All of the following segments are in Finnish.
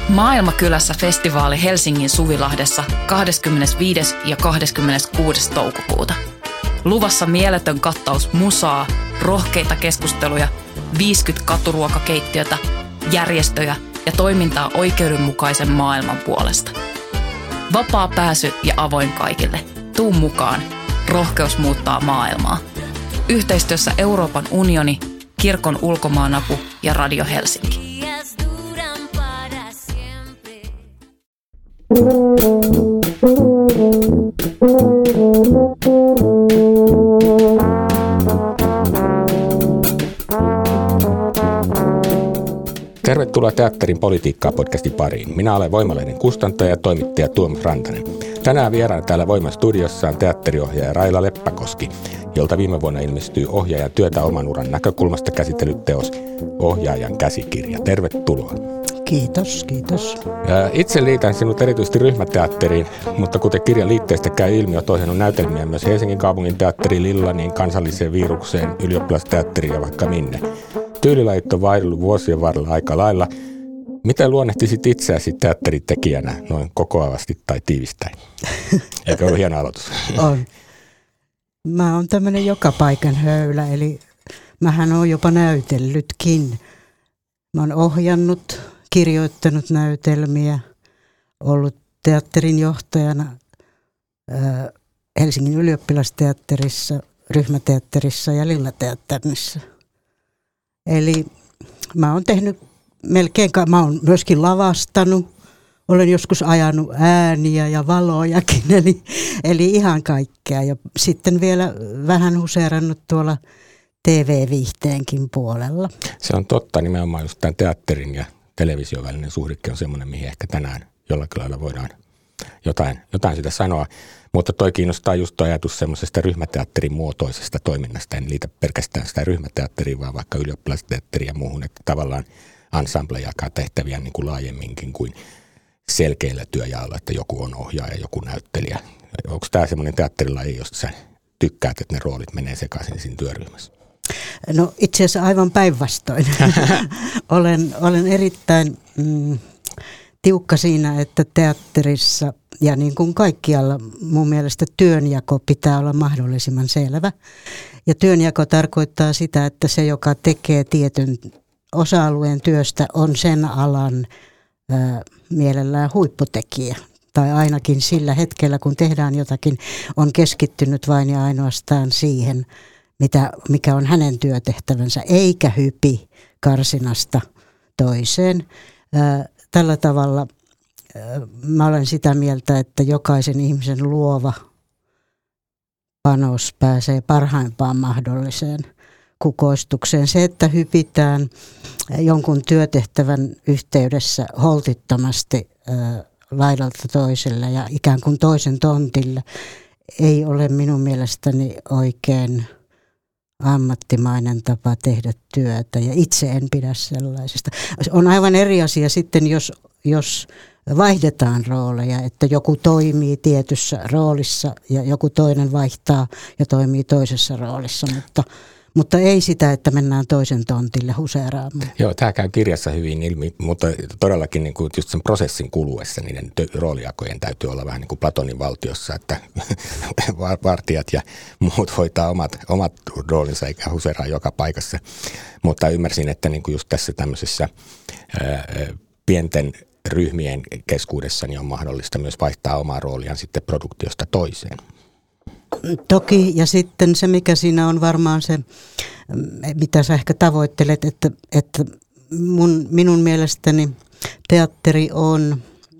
Maailmakylässä festivaali Helsingin Suvilahdessa 25. ja 26. toukokuuta. Luvassa mieletön kattaus musaa, rohkeita keskusteluja, 50 katuruokakeittiötä, järjestöjä ja toimintaa oikeudenmukaisen maailman puolesta. Vapaa pääsy ja avoin kaikille. Tuu mukaan. Rohkeus muuttaa maailmaa. Yhteistyössä Euroopan unioni, Kirkon ulkomaanapu ja Radio Helsinki. Tervetuloa Teatterin politiikkaa podcastin pariin. Minä olen Voima-lehden kustantaja ja toimittaja Tuomas Rantanen. Tänään vieraana täällä Voima-studiossa on teatteriohjaaja Raila Leppäkoski, jolta viime vuonna ilmestyi ohjaajan työtä oman uran näkökulmasta käsitellyt teos Ohjaajan käsikirja. Tervetuloa. Kiitos, kiitos. Itse liitän sinut erityisesti ryhmäteatteriin, mutta kuten kirjan liitteestä käy ilmi, olet ohjannut näytelmiä myös Helsingin kaupungin teatteriin, Lillaniin, Kansalliseen Virukseen, Ylioppilasteatteriin ja vaikka minne. Tyylilajit on vaihdellut vuosien varrella aika lailla. Miten luonnehtisit itseäsi teatteritekijänä noin kokoavasti tai tiivistäin? Eikö ole hieno aloitus? On. Mä oon tämmöinen joka paikan höylä, eli mähän oon jopa näytellytkin. Mä oon ohjannut, kirjoittanut näytelmiä, ollut teatterin johtajana Helsingin ylioppilasteatterissa, ryhmäteatterissa ja Lillateatterissa. Eli mä oon tehnyt mä oon myöskin lavastanut, olen joskus ajanut ääniä ja valojakin, eli ihan kaikkea. Ja sitten vielä vähän huseerannut tuolla TV-viihteenkin puolella. Se on totta, nimenomaan just tämän teatterin ja television välinen suhdekin on semmoinen, mihin ehkä tänään jollakin lailla voidaan jotain sitä sanoa. Mutta toi kiinnostaa just tuo ajatus semmoisesta ryhmäteatterin muotoisesta toiminnasta. En liitä pelkästään sitä ryhmäteatteriin, vaan vaikka ylioppilasteatteriin ja muuhun, että tavallaan ensemble jakaa tehtäviä niin kuin laajemminkin kuin selkeillä työjaolla, että joku on ohjaaja ja joku näyttelijä. Onko tämä semmoinen teatterilaji, josta sä tykkäät, että ne roolit menee sekaisin siinä työryhmässä? No itse asiassa aivan päinvastoin. olen erittäin tiukka siinä, että teatterissa ja niin kuin kaikkialla mun mielestä työnjako pitää olla mahdollisimman selvä. Ja työnjako tarkoittaa sitä, että se, joka tekee tietyn osa-alueen työstä, on sen alan mielellään huipputekijä. Tai ainakin sillä hetkellä, kun tehdään jotakin, on keskittynyt vain ja ainoastaan siihen, mikä on hänen työtehtävänsä, eikä hypi karsinasta toiseen. Tällä tavalla mä olen sitä mieltä, että jokaisen ihmisen luova panos pääsee parhaimpaan mahdolliseen kukoistukseen. Se, että hypitään jonkun työtehtävän yhteydessä holtittomasti laidalta toiselle ja ikään kuin toisen tontille, ei ole minun mielestäni oikein ammattimainen tapa tehdä työtä, ja itse en pidä sellaisesta. On aivan eri asia sitten, jos vaihdetaan rooleja, että joku toimii tietyssä roolissa ja joku toinen vaihtaa ja toimii toisessa roolissa, mutta ei sitä, että mennään toisen tontille huseeraamaan. Joo, tämä käy kirjassa hyvin ilmi, mutta todellakin niin kuin just sen prosessin kuluessa niiden roolijakojen täytyy olla vähän niin kuin Platonin valtiossa, että vartijat ja muut hoitaa omat roolinsa eikä huseeraa joka paikassa. Mutta ymmärsin, että niin kuin just tässä tämmöisessä pienten ryhmien keskuudessa niin on mahdollista myös vaihtaa omaa rooliaan sitten produktiosta toiseen. Toki, ja sitten se, mikä siinä on varmaan se, mitä sä ehkä tavoittelet, että minun mielestäni teatteri on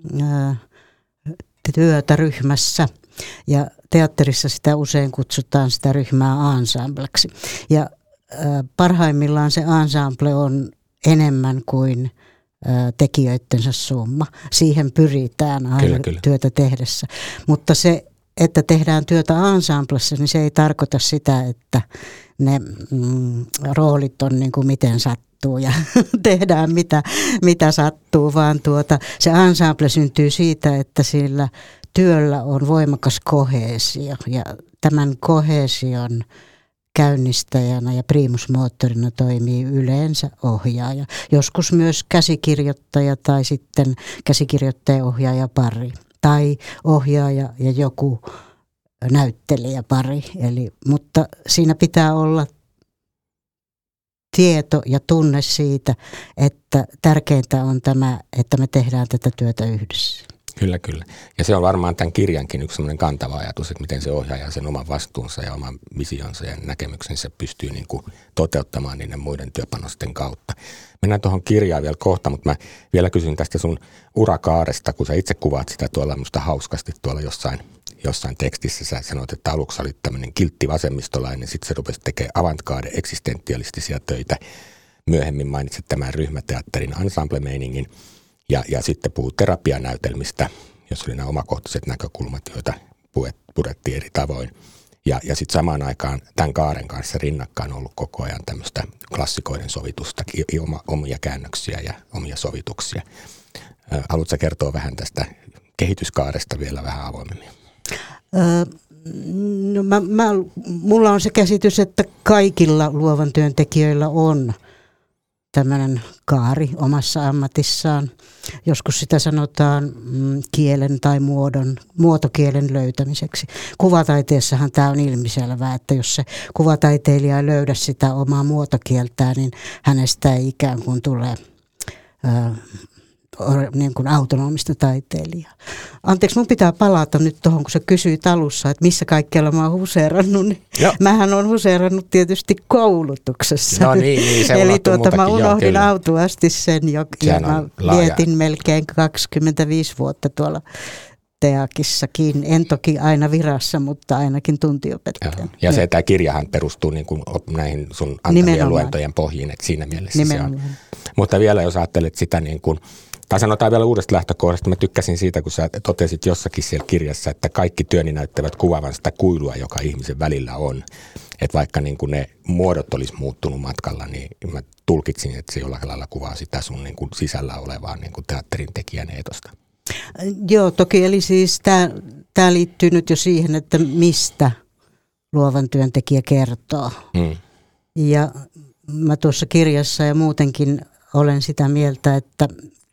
työtä ryhmässä, ja teatterissa sitä usein kutsutaan sitä ryhmää ensembleksi. Ja parhaimmillaan se ensemble on enemmän kuin tekijöittensä summa. Siihen pyritään aina kyllä. Työtä tehdessä, mutta se, että tehdään työtä ensemblessa, niin se ei tarkoita sitä, että ne roolit on niin kuin miten sattuu ja tehdään mitä sattuu, vaan se ensemble syntyy siitä, että sillä työllä on voimakas koheesio, ja tämän koheesion käynnistäjänä ja primusmoottorina toimii yleensä ohjaaja. Joskus myös käsikirjoittaja tai sitten käsikirjoittaja-ohjaaja pari. Tai ohjaaja ja joku näyttelijäpari. Mutta siinä pitää olla tieto ja tunne siitä, että tärkeintä on tämä, että me tehdään tätä työtä yhdessä. Kyllä, kyllä. Ja se on varmaan tämän kirjankin yksi sellainen kantava ajatus, että miten se ohjaaja sen oman vastuunsa ja oman visionsa ja näkemyksensä pystyy niin kuin toteuttamaan niiden muiden työpanosten kautta. Mennään tuohon kirjaan vielä kohta, mutta mä vielä kysyn tästä sun urakaaresta, kun sä itse kuvaat sitä tuolla musta hauskasti tuolla jossain tekstissä. Sä sanoit, että aluksi olit tämmöinen kiltti vasemmistolainen, sitten se rupesi tekemään avantgarde eksistentialistisia töitä. Myöhemmin mainitsit tämän ryhmäteatterin ensemble-meiningin. Ja sitten puhut terapianäytelmistä, jos oli nämä omakohtaiset näkökulmat, joita purettiin eri tavoin. Ja sitten samaan aikaan tämän kaaren kanssa rinnakkain on ollut koko ajan tämmöistä klassikoiden sovitusta, omia käännöksiä ja omia sovituksia. Haluatko kertoa vähän tästä kehityskaaresta vielä vähän avoimemmin? No mulla on se käsitys, että kaikilla luovan työntekijöillä on tämmöinen kaari omassa ammatissaan. Joskus sitä sanotaan kielen tai muotokielen löytämiseksi. Kuvataiteessahan tämä on ilmiselvää, että jos se kuvataiteilija ei löydä sitä omaa muotokieltään, niin hänestä ei ikään kuin tule niin kuin autonomista taiteilijaa. Anteeksi, mun pitää palata nyt tuohon, kun sä kysyit alussa, että missä kaikkialla mä oon huseerannut. Niin mähän oon huseerannut tietysti koulutuksessa. No niin, se eli mä unohdin autuasti sen, ja mä vietin melkein 25 vuotta tuolla Teakissakin. En toki aina virassa, mutta ainakin tuntiopettajan. Ja se, tämä kirjahan perustuu niin kuin näihin sun antavien luentojen pohjiin, että siinä mielessä nimenomaan. Se on. Mutta vielä jos ajattelet sitä niin kuin, tai sanotaan vielä uudesta lähtökohdasta, mä tykkäsin siitä, kun sä totesit jossakin siellä kirjassa, että kaikki työni näyttävät kuvaavan sitä kuilua, joka ihmisen välillä on. Että vaikka niin kuin ne muodot olisi muuttunut matkalla, niin mä tulkitsin, että se jollakin lailla kuvaa sitä sun niin kuin sisällä olevaa niin kuin teatterin tekijän eetosta. Joo, toki eli siis tämä liittyy nyt jo siihen, että mistä luovan työntekijä kertoo. Ja mä tuossa kirjassa ja muutenkin olen sitä mieltä, että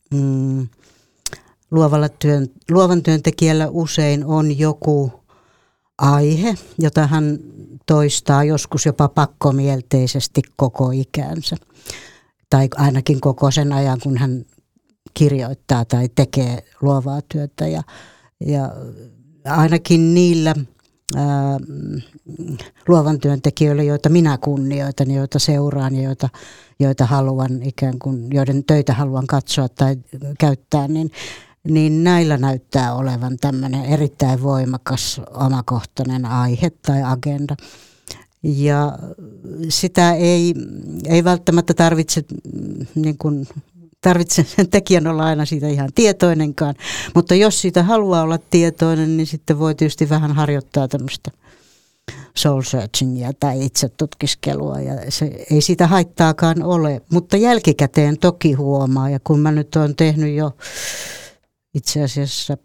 luovan työntekijällä usein on joku aihe, jota hän toistaa joskus jopa pakkomielteisesti koko ikänsä. Tai ainakin koko sen ajan, kun hän kirjoittaa tai tekee luovaa työtä. Ja ainakin niillä luovan työntekijöillä, joita minä kunnioitan, joita seuraan ja joita haluan ikään kuin, joiden töitä haluan katsoa tai käyttää, niin näillä näyttää olevan tämmöinen erittäin voimakas omakohtainen aihe tai agenda. Ja sitä ei välttämättä tarvitse sen tekijän olla aina siitä ihan tietoinenkaan, mutta jos siitä haluaa olla tietoinen, niin sitten voi tietysti vähän harjoittaa tämmöistä soul searchingia tai itsetutkiskelua, ja se ei sitä haittaakaan ole, mutta jälkikäteen toki huomaa, ja kun mä nyt olen tehnyt jo itse asiassa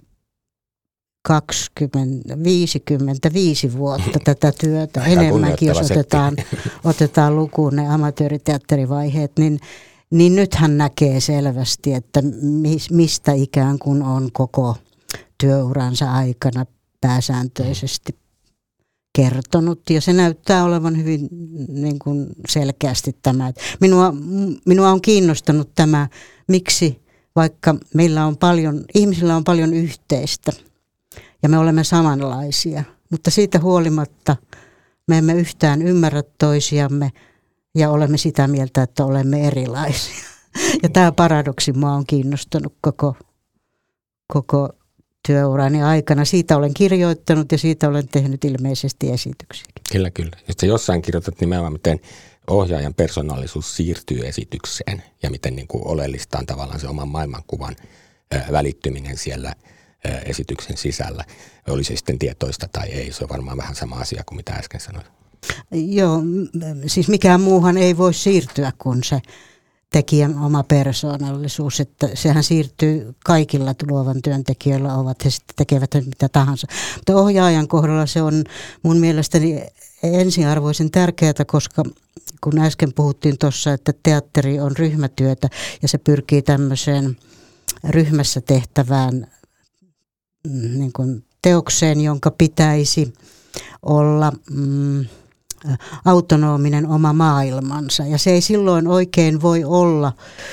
55 vuotta tätä työtä, enemmänkin jos otetaan lukuun ne amatööriteatterivaiheet, niin nythän näkee selvästi, että mistä ikään kuin on koko työuransa aikana pääsääntöisesti kertonut. Ja se näyttää olevan hyvin niin kuin selkeästi tämä. Minua on kiinnostanut tämä, miksi vaikka ihmisillä on paljon yhteistä ja me olemme samanlaisia, mutta siitä huolimatta me emme yhtään ymmärrä toisiamme ja olemme sitä mieltä, että olemme erilaisia. Ja tämä paradoksi minua on kiinnostanut koko työurani aikana. Siitä olen kirjoittanut ja siitä olen tehnyt ilmeisesti esityksiä. Kyllä. Sitten jossain kirjoitat nimenomaan, miten ohjaajan persoonallisuus siirtyy esitykseen ja miten niin kuin oleellista on tavallaan se oman maailmankuvan välittyminen siellä esityksen sisällä. Oli se sitten tietoista tai ei, se on varmaan vähän sama asia kuin mitä äsken sanoin. Joo, siis mikään muuhan ei voi siirtyä kuin se tekijän oma persoonallisuus, että sehän siirtyy kaikilla luovan työntekijöillä, ovat he sitten tekevät mitä tahansa. Mutta ohjaajan kohdalla se on mun mielestäni ensiarvoisen tärkeää, koska kun äsken puhuttiin tuossa, että teatteri on ryhmätyötä ja se pyrkii tämmöiseen ryhmässä tehtävään niin kuin teokseen, jonka pitäisi olla autonominen oma maailmansa. Ja se ei silloin oikein voi olla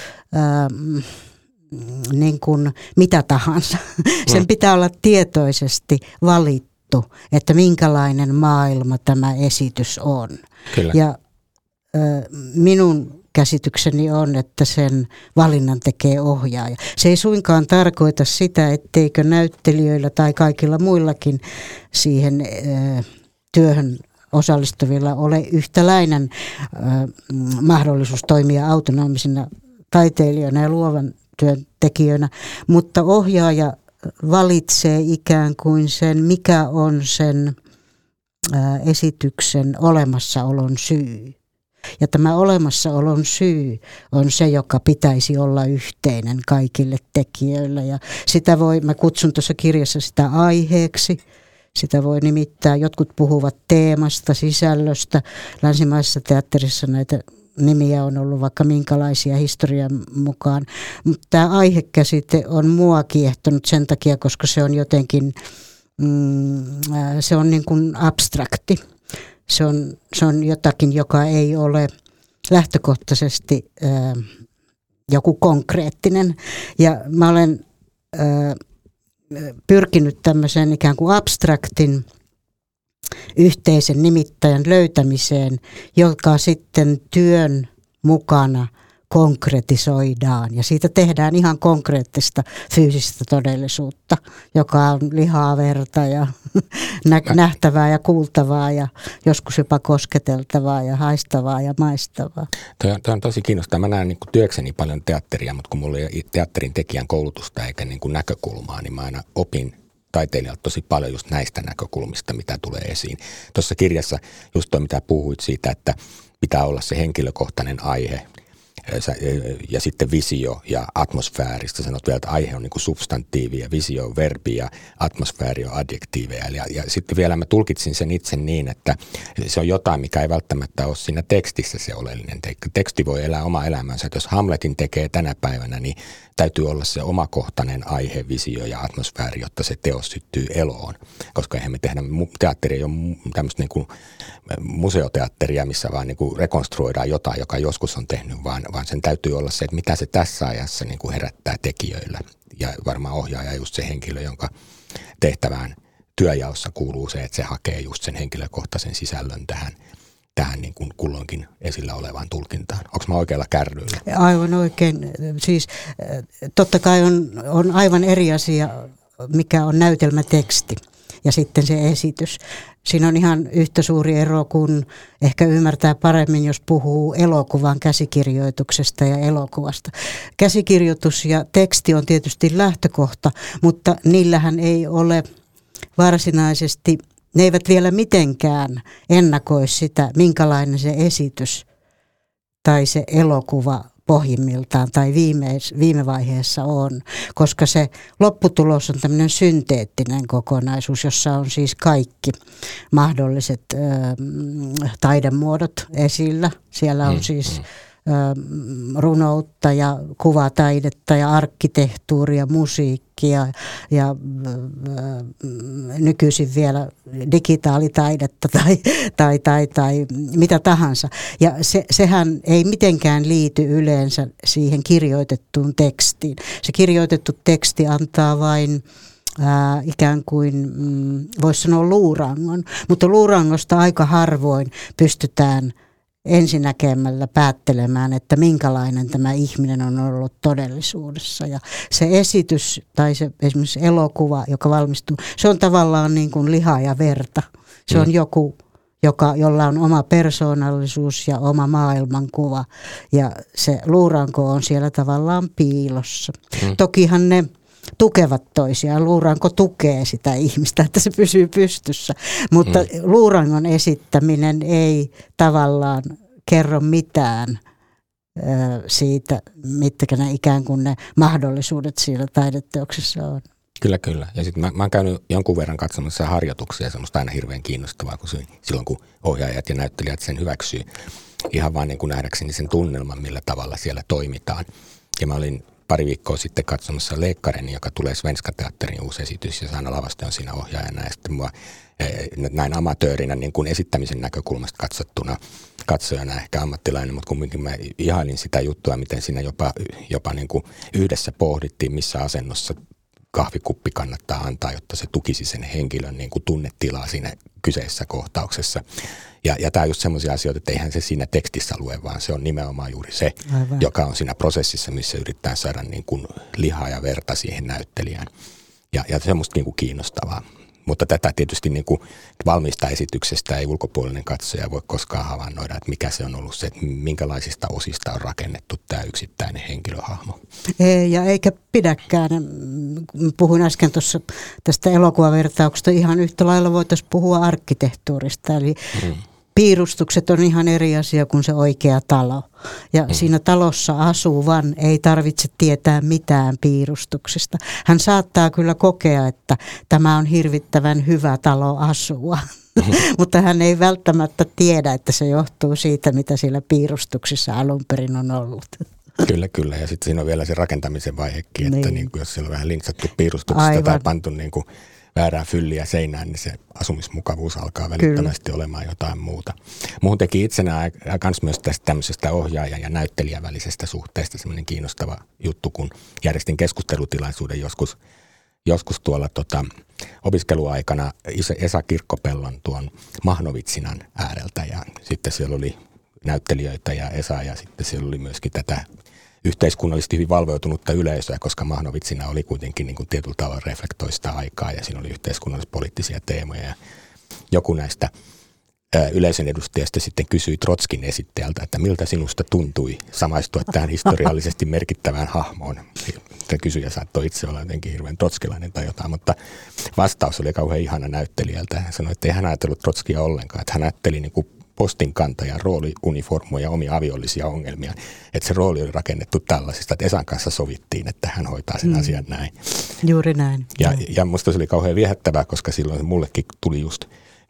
niin kuin mitä tahansa. Sen pitää olla tietoisesti valittu, että minkälainen maailma tämä esitys on. Kyllä. Ja minun käsitykseni on, että sen valinnan tekee ohjaaja. Se ei suinkaan tarkoita sitä, etteikö näyttelijöillä tai kaikilla muillakin siihen työhön osallistuvilla ole yhtäläinen mahdollisuus toimia autonomisina taiteilijoina ja luovan työn tekijöinä, mutta ohjaaja valitsee ikään kuin sen, mikä on sen esityksen olemassaolon syy. Ja tämä olemassaolon syy on se, joka pitäisi olla yhteinen kaikille tekijöille. Ja sitä mä kutsun tuossa kirjassa sitä aiheeksi. Sitä voi nimittää, jotkut puhuvat teemasta, sisällöstä. Länsimaisessa teatterissa näitä nimiä on ollut vaikka minkälaisia historian mukaan. Mutta tämä aihekäsite on mua kiehtonut sen takia, koska se on jotenkin, se on niin kuin abstrakti. Se on jotakin, joka ei ole lähtökohtaisesti joku konkreettinen. Ja mä olen pyrkinyt tämmöiseen ikään kuin abstraktin yhteisen nimittäjän löytämiseen, joka sitten työn mukana konkretisoidaan. Ja siitä tehdään ihan konkreettista fyysistä todellisuutta, joka on lihaa, verta ja nähtävää ja kuultavaa ja joskus jopa kosketeltavaa ja haistavaa ja maistavaa. Toi on tosi kiinnostavaa. Mä näen niin kuin työkseni paljon teatteria, mutta kun mulla ei ole teatterin tekijän koulutusta eikä niin kuin näkökulmaa, niin mä aina opin taiteilijalta tosi paljon just näistä näkökulmista, mitä tulee esiin. Tuossa kirjassa just toi, mitä puhuit siitä, että pitää olla se henkilökohtainen aihe ja sitten visio ja atmosfääristä. Sanot vielä, että aihe on niin kuin substantiivi ja visio on verbi ja atmosfääri on adjektiiveja. Ja sitten vielä mä tulkitsin sen itse niin, että se on jotain, mikä ei välttämättä ole siinä tekstissä se oleellinen. Teksti voi elää oma elämänsä. Että jos Hamletin tekee tänä päivänä, niin täytyy olla se omakohtainen aihe, visio ja atmosfääri, jotta se teos syttyy eloon. Koska eihän me tehdä, teatteri ei ole tämmöistä niin kuin museoteatteria, missä vaan niin kuin rekonstruoidaan jotain, joka joskus on tehnyt, vaan sen täytyy olla se, että mitä se tässä ajassa niin kuin herättää tekijöillä. Ja varmaan ohjaaja just se henkilö, jonka tehtävään työjaossa kuuluu se, että se hakee just sen henkilökohtaisen sisällön tähän niin kuin kulloinkin esillä olevaan tulkintaan. Onko mä oikealla kärryillä? Aivan oikein. Siis totta kai on aivan eri asia, mikä on näytelmäteksti ja sitten se esitys. Siinä on ihan yhtä suuri ero, kun ehkä ymmärtää paremmin, jos puhuu elokuvan käsikirjoituksesta ja elokuvasta. Käsikirjoitus ja teksti on tietysti lähtökohta, mutta niillähän ei ole varsinaisesti, ne eivät vielä mitenkään ennakoi sitä, minkälainen se esitys tai se elokuva pohjimmiltaan tai viime vaiheessa on, koska se lopputulos on tämmöinen synteettinen kokonaisuus, jossa on siis kaikki mahdolliset taidemuodot esillä. Siellä on siis runoutta ja kuvataidetta ja arkkitehtuuria, musiikkia ja nykyisin vielä digitaalitaidetta tai mitä tahansa. Ja sehän ei mitenkään liity yleensä siihen kirjoitettuun tekstiin. Se kirjoitettu teksti antaa vain ikään kuin, voisi sanoa luurangon, mutta luurangosta aika harvoin pystytään ensinäkemällä päättelemään, että minkälainen tämä ihminen on ollut todellisuudessa. Ja se esitys tai se esimerkiksi elokuva, joka valmistuu, se on tavallaan niin kuin lihaa ja verta. Se on joku, jolla on oma persoonallisuus ja oma maailmankuva. Ja se luuranko on siellä tavallaan piilossa. Tokihan ne tukevat toisiaan. Luuranko tukee sitä ihmistä, että se pysyy pystyssä. Mutta luurangon esittäminen ei tavallaan kerro mitään siitä, mitkä ne ikään kuin ne mahdollisuudet siellä taideteoksessa on. Kyllä. Ja sitten mä oon käynyt jonkun verran katsomassa harjoituksia, semmoista aina hirveän kiinnostavaa, kun silloin kun ohjaajat ja näyttelijät sen hyväksyy. Ihan vaan niin kuin nähdäkseni sen tunnelman, millä tavalla siellä toimitaan. Ja mä olin pari viikkoa sitten katsomassa Leikkarin, joka tulee Svenska Teatterin uusi esitys, ja Sanna Lavaste on siinä ohjaajana. Ja sitten mua näin amatöörinä niin kuin esittämisen näkökulmasta katsojana ehkä ammattilainen, mutta kumminkin mä ihailin sitä juttua, miten siinä jopa niin kuin yhdessä pohdittiin, missä asennossa kahvikuppi kannattaa antaa, jotta se tukisi sen henkilön niin kuin tunnetilaa siinä kyseisessä kohtauksessa. Ja tämä on just semmoisia asioita, että eihän se siinä tekstissä lue, vaan se on nimenomaan juuri se, aivan, joka on siinä prosessissa, missä yritetään saada niin kuin lihaa ja verta siihen näyttelijään. Ja semmoista niin kuin kiinnostavaa. Mutta tätä tietysti niin kuin valmista esityksestä ei ulkopuolinen katsoja voi koskaan havainnoida, että mikä se on ollut se, että minkälaisista osista on rakennettu tämä yksittäinen henkilöhahmo. Ja eikä pidäkään. Puhuin äsken tuossa tästä elokuvavertauksesta. Ihan yhtä lailla voitaisiin puhua arkkitehtuurista. Eli piirustukset on ihan eri asia kuin se oikea talo. Ja siinä talossa asuvan ei tarvitse tietää mitään piirustuksista. Hän saattaa kyllä kokea, että tämä on hirvittävän hyvä talo asua, mutta hän ei välttämättä tiedä, että se johtuu siitä, mitä siellä piirustuksissa alun perin on ollut. Kyllä. Ja sitten siinä on vielä se rakentamisen vaihekin, että niin kuin jos siellä on vähän linksattu piirustuksesta aivan, tai pantu niin kuin väärää fylliä seinään, niin se asumismukavuus alkaa välittömästi olemaan jotain muuta. Muun teki itsenä myös tästä tämmöisestä ohjaajan ja näyttelijän välisestä suhteesta semmoinen kiinnostava juttu, kun järjestin keskustelutilaisuuden joskus tuolla opiskeluaikana Esa Kirkkopellon tuon Mahnovitsinan ääreltä, ja sitten siellä oli näyttelijöitä ja Esa, ja sitten siellä oli myöskin tätä yhteiskunnallisesti hyvin valveutunutta yleisöä, koska Mahnovitsina oli kuitenkin niin kuin tietyllä tavalla reflektoista aikaa, ja siinä oli yhteiskunnallis-poliittisia teemoja. Ja joku näistä yleisön edustajista sitten kysyi Trotskin esittäjältä, että miltä sinusta tuntui samaistua tähän historiallisesti merkittävään hahmoon. Kysyjä saattoi itse olla jotenkin hirveän trotskilainen tai jotain, mutta vastaus oli kauhean ihana näyttelijältä. Hän sanoi, että ei hän ajatellut Trotskia ollenkaan, että hän ajatteli niin kuin postinkantajan rooliuniformua ja omia aviollisia ongelmia. Että se rooli oli rakennettu tällaisesta, että Esan kanssa sovittiin, että hän hoitaa sen asian näin. Juuri näin. Ja musta se oli kauhean viehättävää, koska silloin mullekin tuli just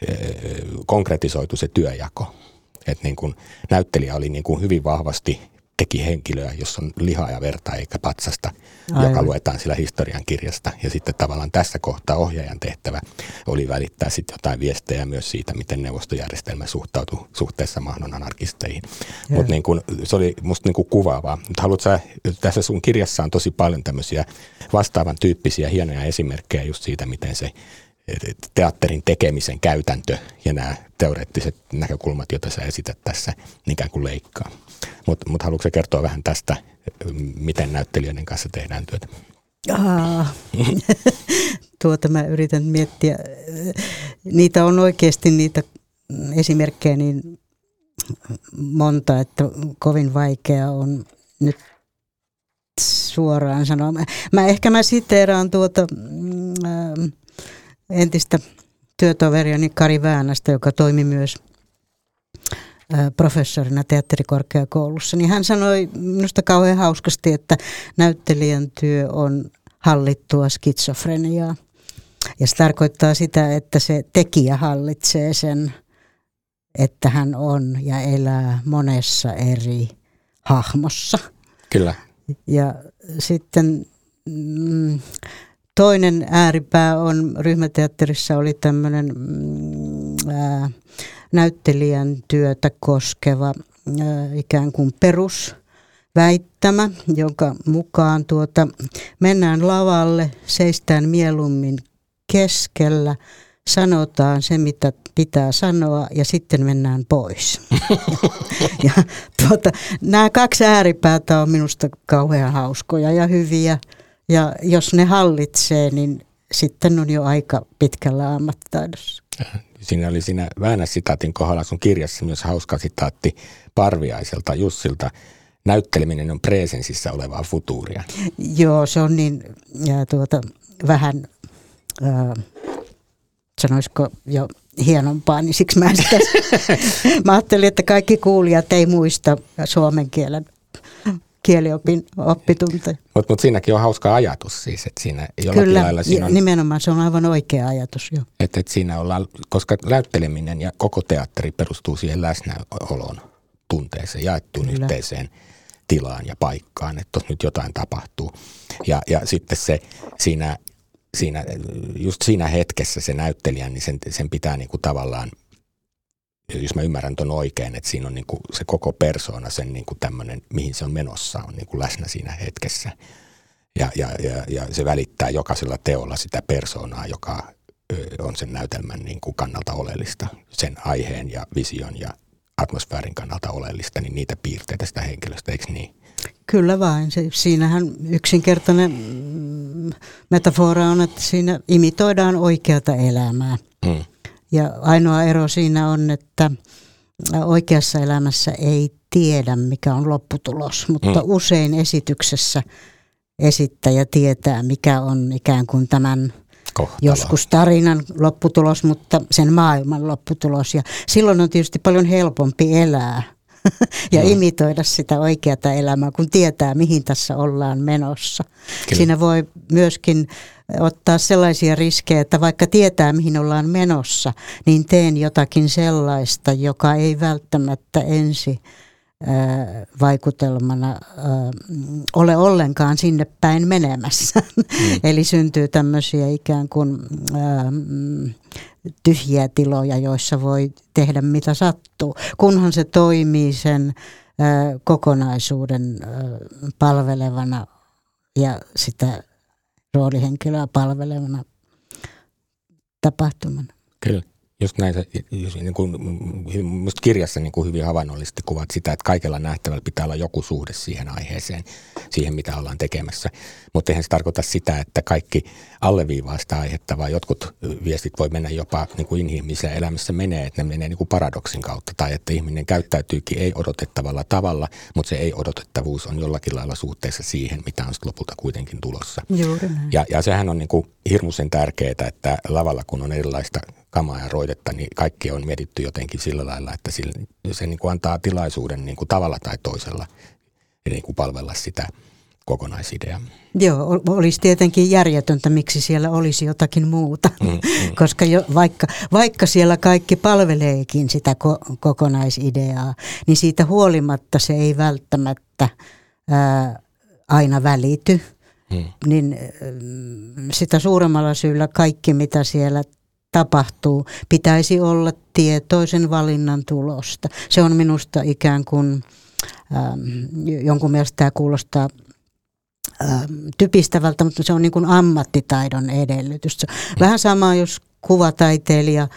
konkretisoitu se työjako. Että niin kun näyttelijä oli niin kun hyvin vahvasti teki henkilöä, jossa on lihaa ja verta eikä patsasta, joka luetaan sillä historiankirjasta. Ja sitten tavallaan tässä kohtaa ohjaajan tehtävä oli välittää sitten jotain viestejä myös siitä, miten neuvostojärjestelmä suhtautui suhteessa Mahnon anarkisteihin. Mutta niin kun, se oli musta niin kun kuvaavaa. Mutta haluatko sä, tässä sun kirjassa on tosi paljon tämmöisiä vastaavan tyyppisiä hienoja esimerkkejä just siitä, miten se teatterin tekemisen käytäntö ja nämä teoreettiset näkökulmat, joita sä esität tässä, ikään kuin leikkaa. Mutta haluatko kertoa vähän tästä, miten näyttelijöiden kanssa tehdään työtä? Mä yritän miettiä. Niitä on oikeasti niitä esimerkkejä niin monta, että kovin vaikea on nyt suoraan sanoa. Mä siteeraan entistä työtoveriani Kari Väänästä, joka toimi myös professorina teatterikorkeakoulussa, niin hän sanoi minusta kauhean hauskasti, että näyttelijän työ on hallittua skitsofreniaa. Ja se tarkoittaa sitä, että se tekijä hallitsee sen, että hän on ja elää monessa eri hahmossa. Kyllä. Ja sitten toinen ääripää on, ryhmäteatterissa oli tämmöinen näyttelijän työtä koskeva ikään kuin perusväittämä, jonka mukaan mennään lavalle, seistään mieluummin keskellä, sanotaan se, mitä pitää sanoa, ja sitten mennään pois. ja nämä kaksi ääripäätä on minusta kauhean hauskoja ja hyviä, ja jos ne hallitsee, niin sitten on jo aika pitkällä ammattitaidossa. Siinä oli siinä Väänä-sitaatin kohdalla sun kirjassa myös hauska sitaatti Parviaiselta Jussilta. Näytteleminen on presensissä olevaa futuuria. Joo, se on niin vähän, sanoisiko jo hienompaa, niin siksi mä ajattelin, että kaikki kuulijat ei muista suomen kielen kieliopin oppitunteja. Mutta siinäkin on hauska ajatus siis, että siinä jollakin Kyllä, lailla siinä on, nimenomaan se on aivan oikea ajatus jo. että siinä ollaan, koska näytteleminen ja koko teatteri perustuu siihen läsnäoloon, tunteeseen, jaettuun yhteiseen tilaan ja paikkaan, että nyt jotain tapahtuu. Ja sitten se just siinä hetkessä se näyttelijä, niin sen pitää niinku tavallaan, jos mä ymmärrän ton oikein, että siinä on niinku se koko persoona, sen niinku tämmöinen, mihin se on menossa, on niinku läsnä siinä hetkessä. Ja se välittää jokaisella teolla sitä persoonaa, joka on sen näytelmän niinku kannalta oleellista, sen aiheen ja vision ja atmosfäärin kannalta oleellista, niin niitä piirteitä sitä henkilöstä, eikö niin? Kyllä vain. Siinähän yksinkertainen metafora on, että siinä imitoidaan oikeata elämää. Ja ainoa ero siinä on, että oikeassa elämässä ei tiedä, mikä on lopputulos, mutta usein esityksessä esittäjä tietää, mikä on ikään kuin tämän joskus tarinan lopputulos, mutta sen maailman lopputulos. Ja silloin on tietysti paljon helpompi elää ja imitoida sitä oikeata elämää, kun tietää, mihin tässä ollaan menossa. Kyllä. Siinä voi myöskin ottaa sellaisia riskejä, että vaikka tietää, mihin ollaan menossa, niin teen jotakin sellaista, joka ei välttämättä ensi vaikutelmana ole ollenkaan sinne päin menemässä. Eli syntyy tämmöisiä ikään kuin tyhjiä tiloja, joissa voi tehdä mitä sattuu, kunhan se toimii sen kokonaisuuden palvelevana ja sitä roolihenkilöä palvelevana tapahtumana. Kyllä. Just näin, niin kuin, musta kirjassa niin kuin hyvin havainnollisesti kuvat sitä, että kaikella nähtävällä pitää olla joku suhde siihen aiheeseen, siihen mitä ollaan tekemässä. Mutta eihän se tarkoita sitä, että kaikki alleviivaa sitä aihetta, vaan jotkut viestit voi mennä jopa niin kuin inhimillisessä elämässä menee, että ne menee niin kuin paradoksin kautta. Tai että ihminen käyttäytyykin ei-odotettavalla tavalla, mutta se ei-odotettavuus on jollakin lailla suhteessa siihen, mitä on sitten lopulta kuitenkin tulossa. Juuri näin. Ja sehän on niin kuin hirmuisen tärkeää, että lavalla kun on erilaista kamaa ja roidetta, niin kaikki on mietitty jotenkin sillä lailla, että se niin kuin antaa tilaisuuden niin kuin tavalla tai toisella niin kuin palvella sitä kokonaisideaa. Joo, olisi tietenkin järjetöntä, miksi siellä olisi jotakin muuta, koska vaikka siellä kaikki palveleekin sitä kokonaisideaa, niin siitä huolimatta se ei välttämättä aina välity, niin sitä suuremmalla syyllä kaikki, mitä siellä tapahtuu, pitäisi olla tietoisen valinnan tulosta. Se on minusta ikään kuin, jonkun mielestä tämä kuulostaa typistävältä, mutta se on niin kuin ammattitaidon edellytys. Vähän sama, jos kuvataiteilija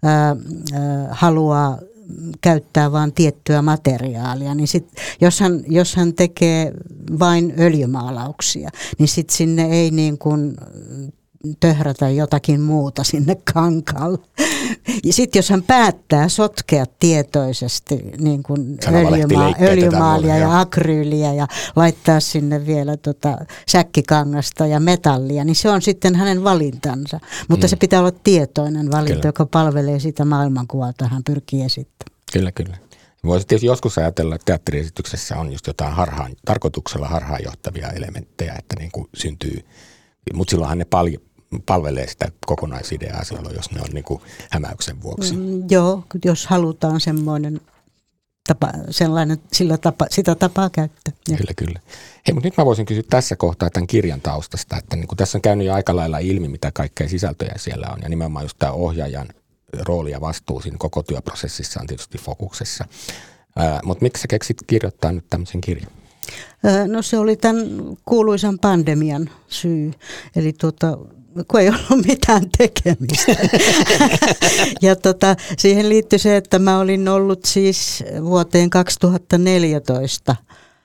haluaa käyttää vain tiettyä materiaalia, niin sit, jos hän tekee vain öljymaalauksia, niin sitten sinne ei niin kuin töhrätä jotakin muuta sinne kankaalle. Ja sitten jos hän päättää sotkea tietoisesti niin kuin öljymaalia ja akryyliä ja laittaa sinne vielä säkkikangasta ja metallia, niin se on sitten hänen valintansa. Mutta se pitää olla tietoinen valinta, kyllä, joka palvelee sitä maailmankuvaa, jota hän pyrkii esittämään. Kyllä, kyllä. Voisi tietysti joskus ajatella, että teatteriesityksessä on just jotain tarkoituksella harhaanjohtavia elementtejä, että niin kuin syntyy, mutta silloinhan ne palvelee sitä kokonaisideaa silloin, jos ne on niin kuin hämäyksen vuoksi. Joo, jos halutaan semmoinen tapa, sitä tapaa käyttää. Kyllä, kyllä. Hei, mutta nyt mä voisin kysyä tässä kohtaa tämän kirjan taustasta, että niin kuin tässä on käynyt jo aika lailla ilmi, mitä kaikkea sisältöjä siellä on, ja nimenomaan just tämä ohjaajan rooli ja vastuu siinä koko työprosessissa on tietysti fokuksessa. Mutta miksi sä keksit kirjoittaa nyt tämmöisen kirjan? No se oli tämän kuuluisan pandemian syy, eli kun ei ollut mitään tekemistä. Ja siihen liittyi se, että mä olin ollut siis vuoteen 2014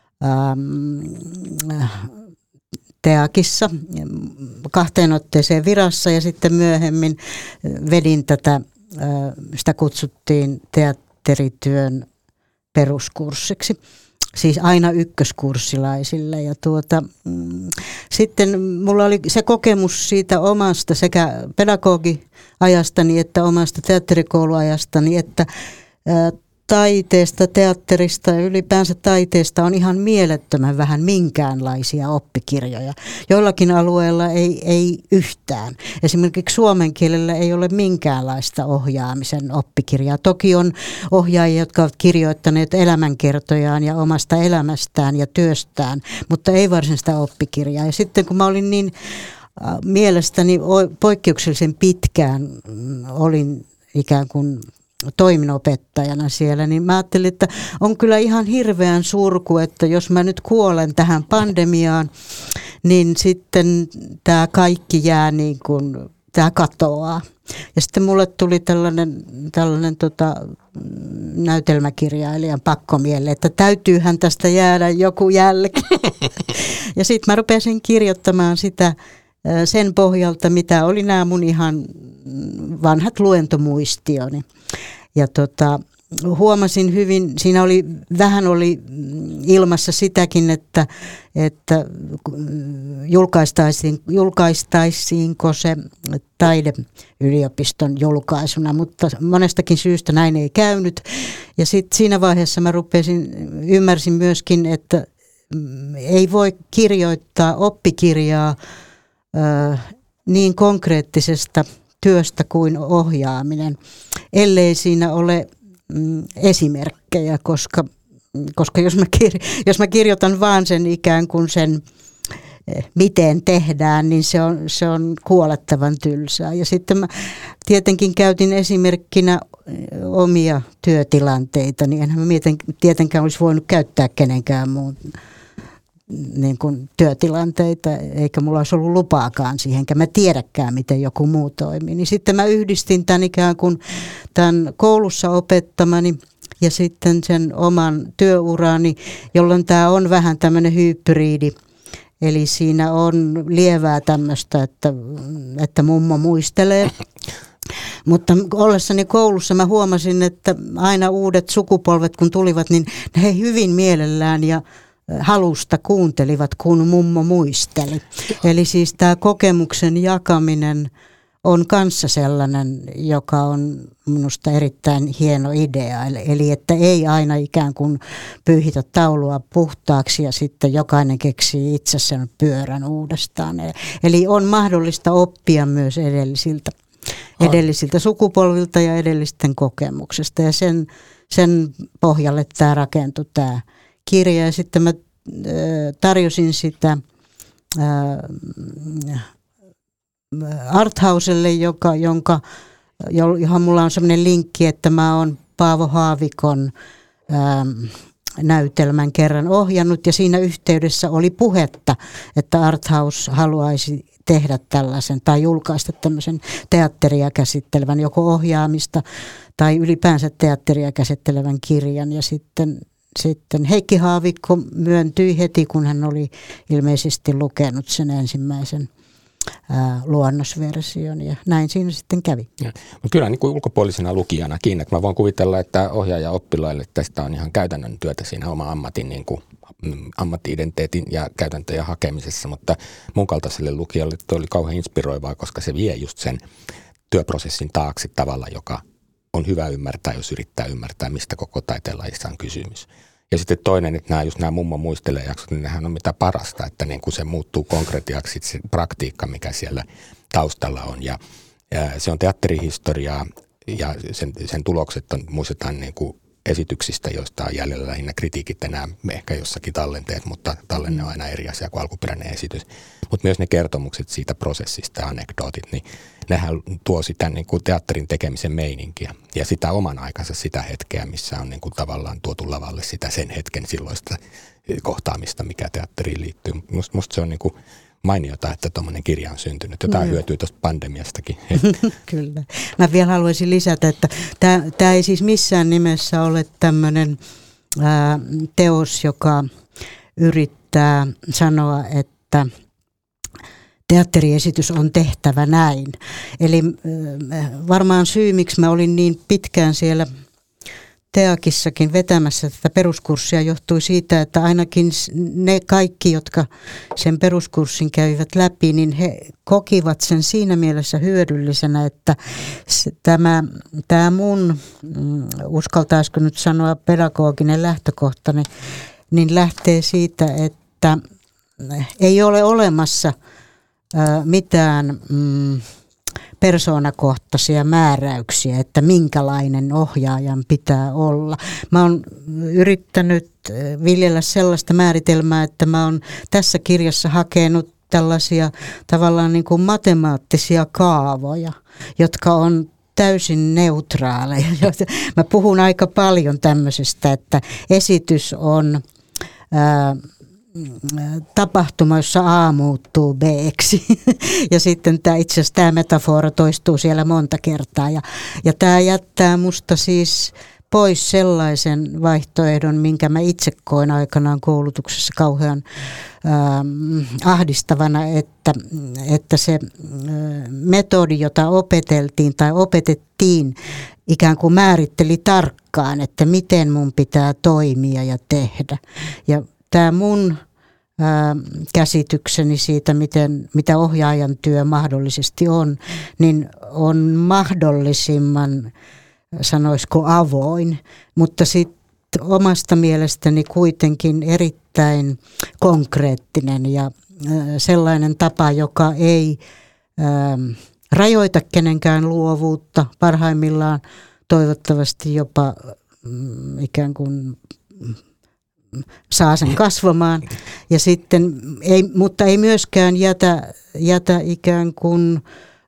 Teakissa 2 otteeseen virassa ja sitten myöhemmin vedin sitä kutsuttiin teatterityön peruskurssiksi. Siis aina ykköskurssilaisille ja sitten mulla oli se kokemus siitä omasta sekä pedagogiajastani että omasta teatterikouluajastani, että taiteesta, teatterista ja ylipäänsä taiteesta on ihan mielettömän vähän minkäänlaisia oppikirjoja. Joillakin alueilla ei yhtään. Esimerkiksi suomen kielellä ei ole minkäänlaista ohjaamisen oppikirjaa. Toki on ohjaajia, jotka ovat kirjoittaneet elämänkertojaan ja omasta elämästään ja työstään, mutta ei varsinaista oppikirjaa. Ja sitten kun mä olin niin mielestäni poikkeuksellisen pitkään olin ikään kuin toimin opettajana siellä, niin mä ajattelin, että on kyllä ihan hirveän surku, että jos mä nyt kuolen tähän pandemiaan, niin sitten tämä kaikki jää niin kuin, tämä katoaa. Ja sitten mulle tuli tällainen näytelmäkirjailijan pakkomielle, että täytyyhän tästä jäädä joku jälki. Ja sitten mä rupesin kirjoittamaan sitä sen pohjalta, mitä oli nämä mun ihan vanhat luentomuistioni. Ja huomasin hyvin, siinä oli ilmassa sitäkin, että julkaistaisiinko se taideyliopiston julkaisuna, mutta monestakin syystä näin ei käynyt. Ja sitten siinä vaiheessa mä ymmärsin myöskin, että ei voi kirjoittaa oppikirjaa niin konkreettisesta työstä kuin ohjaaminen, ellei siinä ole esimerkkejä, koska jos mä kirjoitan vaan sen ikään kuin sen, miten tehdään, niin se on kuolettavan tylsää. Ja sitten mä tietenkin käytin esimerkkinä omia työtilanteita, niin enhän mä tietenkään olisi voinut käyttää kenenkään muun niin kuin työtilanteita, eikä mulla olisi ollut lupaakaan siihen, enkä mä tiedäkään, miten joku muu toimii. Niin sitten mä yhdistin tämän ikään kuin tämän koulussa opettamani ja sitten sen oman työurani, jolloin tämä on vähän tämmöinen hybridi. Eli siinä on lievää tämmöistä, että mummo muistelee. Mutta ollessani koulussa mä huomasin, että aina uudet sukupolvet kun tulivat, niin he hyvin mielellään ja halusta kuuntelivat, kun mummo muisteli. Eli siis tämä kokemuksen jakaminen on kanssa sellainen, joka on minusta erittäin hieno idea. Eli että ei aina ikään kuin pyyhitä taulua puhtaaksi ja sitten jokainen keksii itse sen pyörän uudestaan. Eli on mahdollista oppia myös edellisiltä sukupolvilta ja edellisten kokemuksesta. Ja sen pohjalle tämä rakentui tämä kirja. Ja sitten mä tarjosin sitä Arthauselle, johon mulla on sellainen linkki, että mä oon Paavo Haavikon näytelmän kerran ohjannut. Ja siinä yhteydessä oli puhetta, että Arthaus haluaisi tehdä tällaisen tai julkaista tämmöisen teatteria käsittelevän, joko ohjaamista tai ylipäänsä teatteria käsittelevän kirjan. Ja sitten Heikki Haavikko myöntyi heti, kun hän oli ilmeisesti lukenut sen ensimmäisen luonnosversion ja näin siinä sitten kävi. Mutta kyllä niin kuin ulkopuolisena lukijanakin, että mä voin kuvitella, että ohjaaja oppilaille tästä on ihan käytännön työtä siinä oma ammatin niin kuin ammatti-identiteetin ja käytäntöjen hakemisessa, mutta mun kaltaiselle lukijalle oli kauhean inspiroivaa, koska se vie just sen työprosessin taakse tavalla, joka on hyvä ymmärtää, jos yrittää ymmärtää, mistä koko taiteenlajissa on kysymys. Ja sitten toinen, että nämä mummo muistelee jaksot, niin nehän on mitä parasta, että niin kuin se muuttuu konkretiaksi se praktiikka, mikä siellä taustalla on. Ja se on teatterihistoriaa ja sen tulokset muistetaan niin kuin esityksistä, joista on jäljellä lähinnä kritiikit enää ehkä jossakin tallenteet, mutta tallenne on aina eri asia kuin alkuperäinen esitys. Mutta myös ne kertomukset siitä prosessista ja anekdootit, niin nehän tuo sitä niin kuin teatterin tekemisen meininkiä ja sitä oman aikansa sitä hetkeä, missä on niin kuin tavallaan tuotu lavalle sitä sen hetken silloista kohtaamista, mikä teatteriin liittyy. Musta se on niin kuin mainiota, että tuommoinen kirja on syntynyt. Jotain hyötyy tuosta pandemiastakin. Kyllä. Mä vielä haluaisin lisätä, että tämä ei siis missään nimessä ole tämmöinen teos, joka yrittää sanoa, että teatteriesitys on tehtävä näin. Eli varmaan syy, miksi mä olin niin pitkään siellä TEAKissakin vetämässä tätä peruskurssia johtui siitä, että ainakin ne kaikki, jotka sen peruskurssin kävivät läpi, niin he kokivat sen siinä mielessä hyödyllisenä, että tämä mun, uskaltaisiko nyt sanoa pedagoginen lähtökohtani, niin lähtee siitä, että ei ole olemassa mitään persoonakohtaisia määräyksiä, että minkälainen ohjaajan pitää olla. Mä oon yrittänyt viljellä sellaista määritelmää, että mä oon tässä kirjassa hakenut tällaisia tavallaan niin kuin matemaattisia kaavoja, jotka on täysin neutraaleja. Mä puhun aika paljon tämmöisestä, että esitys on tapahtuma, jossa A muuttuu B-ksi. Ja sitten itse asiassa tämä metafora toistuu siellä monta kertaa. Ja tämä jättää musta siis pois sellaisen vaihtoehdon, minkä mä itse koin aikanaan koulutuksessa kauhean ahdistavana, että se metodi, jota opeteltiin tai opetettiin, ikään kuin määritteli tarkkaan, että miten mun pitää toimia ja tehdä. Ja tämä mun käsitykseni siitä, mitä ohjaajan työ mahdollisesti on, niin on mahdollisimman, sanoisiko avoin, mutta sitten omasta mielestäni kuitenkin erittäin konkreettinen ja sellainen tapa, joka ei rajoita kenenkään luovuutta, parhaimmillaan toivottavasti jopa ikään kuin saa sen kasvamaan ja sitten mutta ei myöskään jätä ikään kuin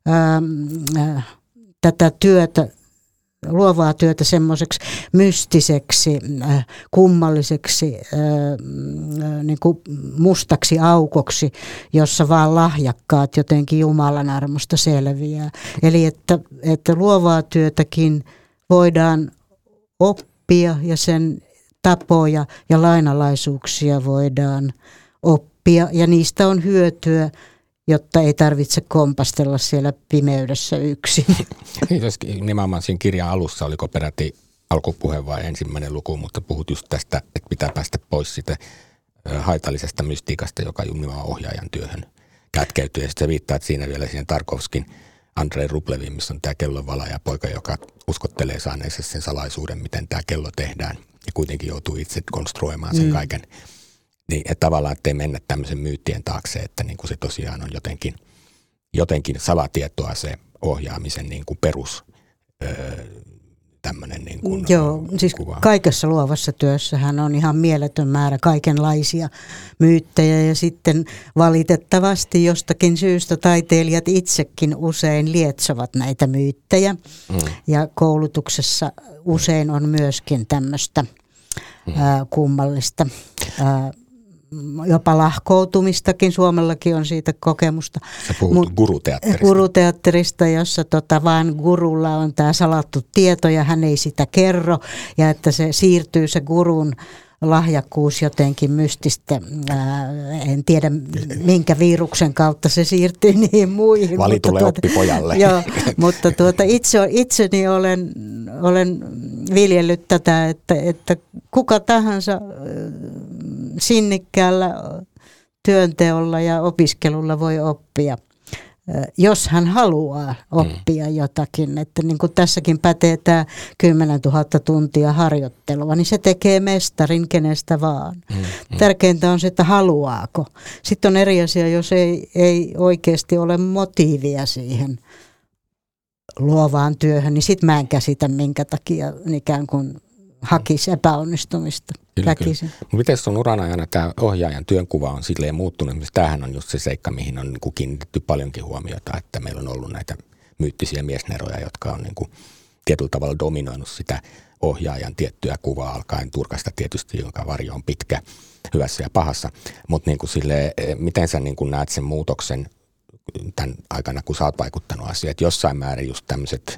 tätä työtä, luovaa työtä semmoiseksi mystiseksi, kummalliseksi, niin kuin mustaksi aukoksi, jossa vaan lahjakkaat jotenkin Jumalan armosta selviää. Eli että luovaa työtäkin voidaan oppia ja sen tapoja ja lainalaisuuksia voidaan oppia ja niistä on hyötyä, jotta ei tarvitse kompastella siellä pimeydessä yksin. Nimenomaan siinä kirjan alussa, oliko peräti alkupuhe vai ensimmäinen luku, mutta puhut just tästä, että pitää päästä pois sitä haitallisesta mystiikasta, joka nimenomaan ohjaajan työhön kätkeytyy. Ja sitten viittaat siinä vielä siihen Tarkovskin Andrei Rubleviin, missä on tämä kellonvalaaja poika, joka uskottelee saaneensa sen salaisuuden, miten tämä kello tehdään. Ja kuitenkin joutuu itse konstruoimaan sen kaiken. Niin, että tavallaan, ettei mennä tämmöisen myyttien taakse, että niin kuin se tosiaan on jotenkin salatietoa se ohjaamisen niin kuin perus tämmöinen niin kuin joo, siis kuva. Kaikessa luovassa työssähän on ihan mieletön määrä kaikenlaisia myyttejä ja sitten valitettavasti jostakin syystä taiteilijat itsekin usein lietsovat näitä myyttejä ja koulutuksessa usein on myöskin tämmöistä kummallista jopa lahkoutumistakin. Suomellakin on siitä kokemusta. Sä puhut guruteatterista. Guruteatterista, jossa vaan gurulla on tämä salattu tieto ja hän ei sitä kerro ja että se siirtyy se gurun lahjakkuus jotenkin mystistä, en tiedä minkä viruksen kautta se siirtyy niihin muihin. Valitulle oppipojalle. Joo, mutta itseni olen viljellyt tätä, että kuka tahansa sinnikkäällä työnteolla ja opiskelulla voi oppia, jos hän haluaa oppia jotakin. Että niin kuin tässäkin pätee tämä 10 000 tuntia harjoittelua, niin se tekee mestarin kenestä vaan. Tärkeintä on se, että haluaako. Sitten on eri asia, jos ei oikeasti ole motiivia siihen luovaan työhön, niin sitten mä en käsitä, minkä takia ikään kuin hakisi epäonnistumista. Kyllä. Miten sun uran ajana tämä ohjaajan työnkuva on silleen muuttunut? Tämähän on just se seikka, mihin on niin kuin kiinnitetty paljonkin huomiota, että meillä on ollut näitä myyttisiä miesneroja, jotka on niin kuin tietyllä tavalla dominoinut sitä ohjaajan tiettyä kuvaa, alkaen Turkasta tietysti, jonka varjo on pitkä, hyvässä ja pahassa. Mutta niin kuin silleen, miten sä niin kuin näet sen muutoksen tämän aikana, kun sä oot vaikuttanut asiaan, että jossain määrin just tämmöiset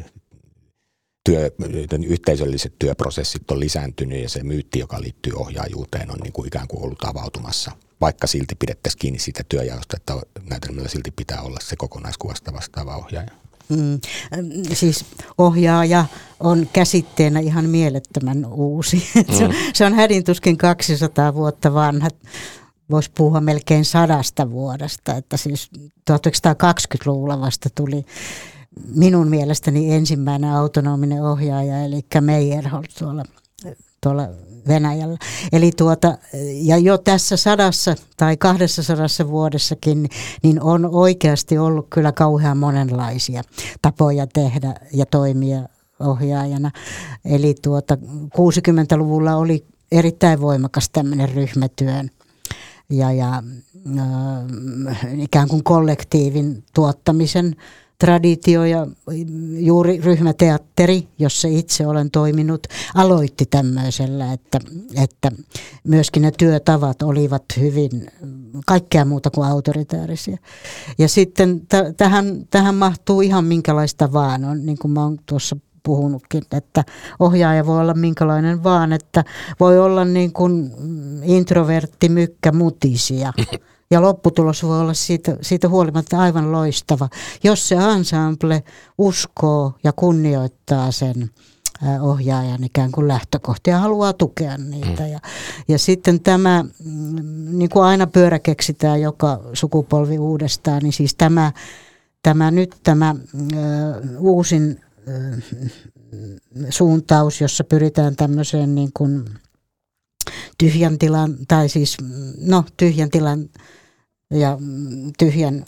yhteisölliset työprosessit on lisääntynyt ja se myytti, joka liittyy ohjaajuuteen, on niin kuin ikään kuin ollut avautumassa. Vaikka silti pidettäisiin kiinni siitä työjaosta, että näytelmällä silti pitää olla se kokonaiskuvasta vastaava ohjaaja. Siis ohjaaja on käsitteenä ihan mielettömän uusi. Se on hädintuskin 200 vuotta vanha. Voisi puhua melkein 100 vuodesta, että siis 1920-luvulla vasta tuli minun mielestäni ensimmäinen autonominen ohjaaja, eli Meyerhold tuolla Venäjällä. Eli ja jo tässä 100 tai 200 vuodessakin niin on oikeasti ollut kyllä kauhean monenlaisia tapoja tehdä ja toimia ohjaajana. Eli 60-luvulla oli erittäin voimakas tämmöinen ryhmätyön ja ikään kuin kollektiivin tuottamisen traditio ja juuri ryhmäteatteri, jossa itse olen toiminut, aloitti tämmöisellä, että myöskin ne työtavat olivat hyvin kaikkea muuta kuin autoritäärisiä. Ja sitten tähän mahtuu ihan minkälaista vaan, on, niin kuin mä oon tuossa puhunutkin, että ohjaaja voi olla minkälainen vaan, että voi olla niin kuin introvertti mykkä mutisia. Ja lopputulos voi olla siitä huolimatta aivan loistava, jos se ensemble uskoo ja kunnioittaa sen ohjaajan ikään kuin lähtökohtia ja haluaa tukea niitä. Ja sitten tämä, niin kuin aina pyörä keksitään joka sukupolvi uudestaan, niin siis tämä uusin suuntaus, jossa pyritään tämmöiseen niin kuin tyhjän tilan ja tyhjän,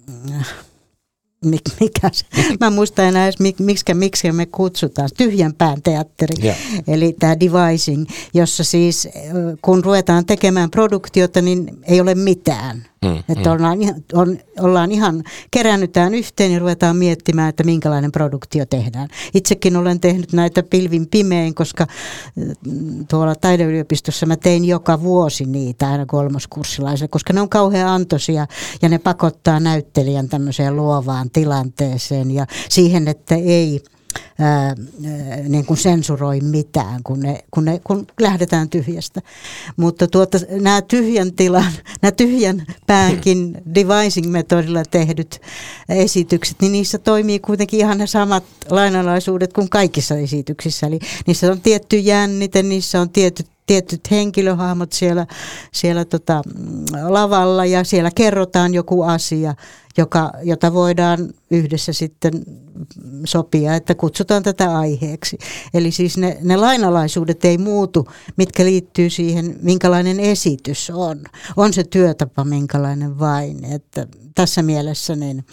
mikä se, mä muistan enää edes miksi me kutsutaan, tyhjän pään teatteri, eli tämä devising, jossa siis kun ruvetaan tekemään produktiota, niin ei ole mitään. Että ollaan ihan, keräännytään yhteen ja ruvetaan miettimään, että minkälainen produktio tehdään. Itsekin olen tehnyt näitä pilvin pimein, koska tuolla taideyliopistossa mä tein joka vuosi niitä aina kolmoskurssilaisille, koska ne on kauhean antoisia ja ne pakottaa näyttelijän tämmöiseen luovaan tilanteeseen ja siihen, että ei niin kuin sensuroi mitään, kun lähdetään tyhjästä. Mutta nämä tyhjän päänkin devising-metodilla tehdyt esitykset, niin niissä toimii kuitenkin ihan ne samat lainalaisuudet kuin kaikissa esityksissä. Eli niissä on tietty jännite, niissä on tietyt henkilöhahmot siellä lavalla ja siellä kerrotaan joku asia, jota voidaan yhdessä sitten sopia, että kutsutaan tätä aiheeksi. Eli siis ne lainalaisuudet ei muutu, mitkä liittyy siihen, minkälainen esitys on. On se työtapa minkälainen vain. Että tässä mielessä niin,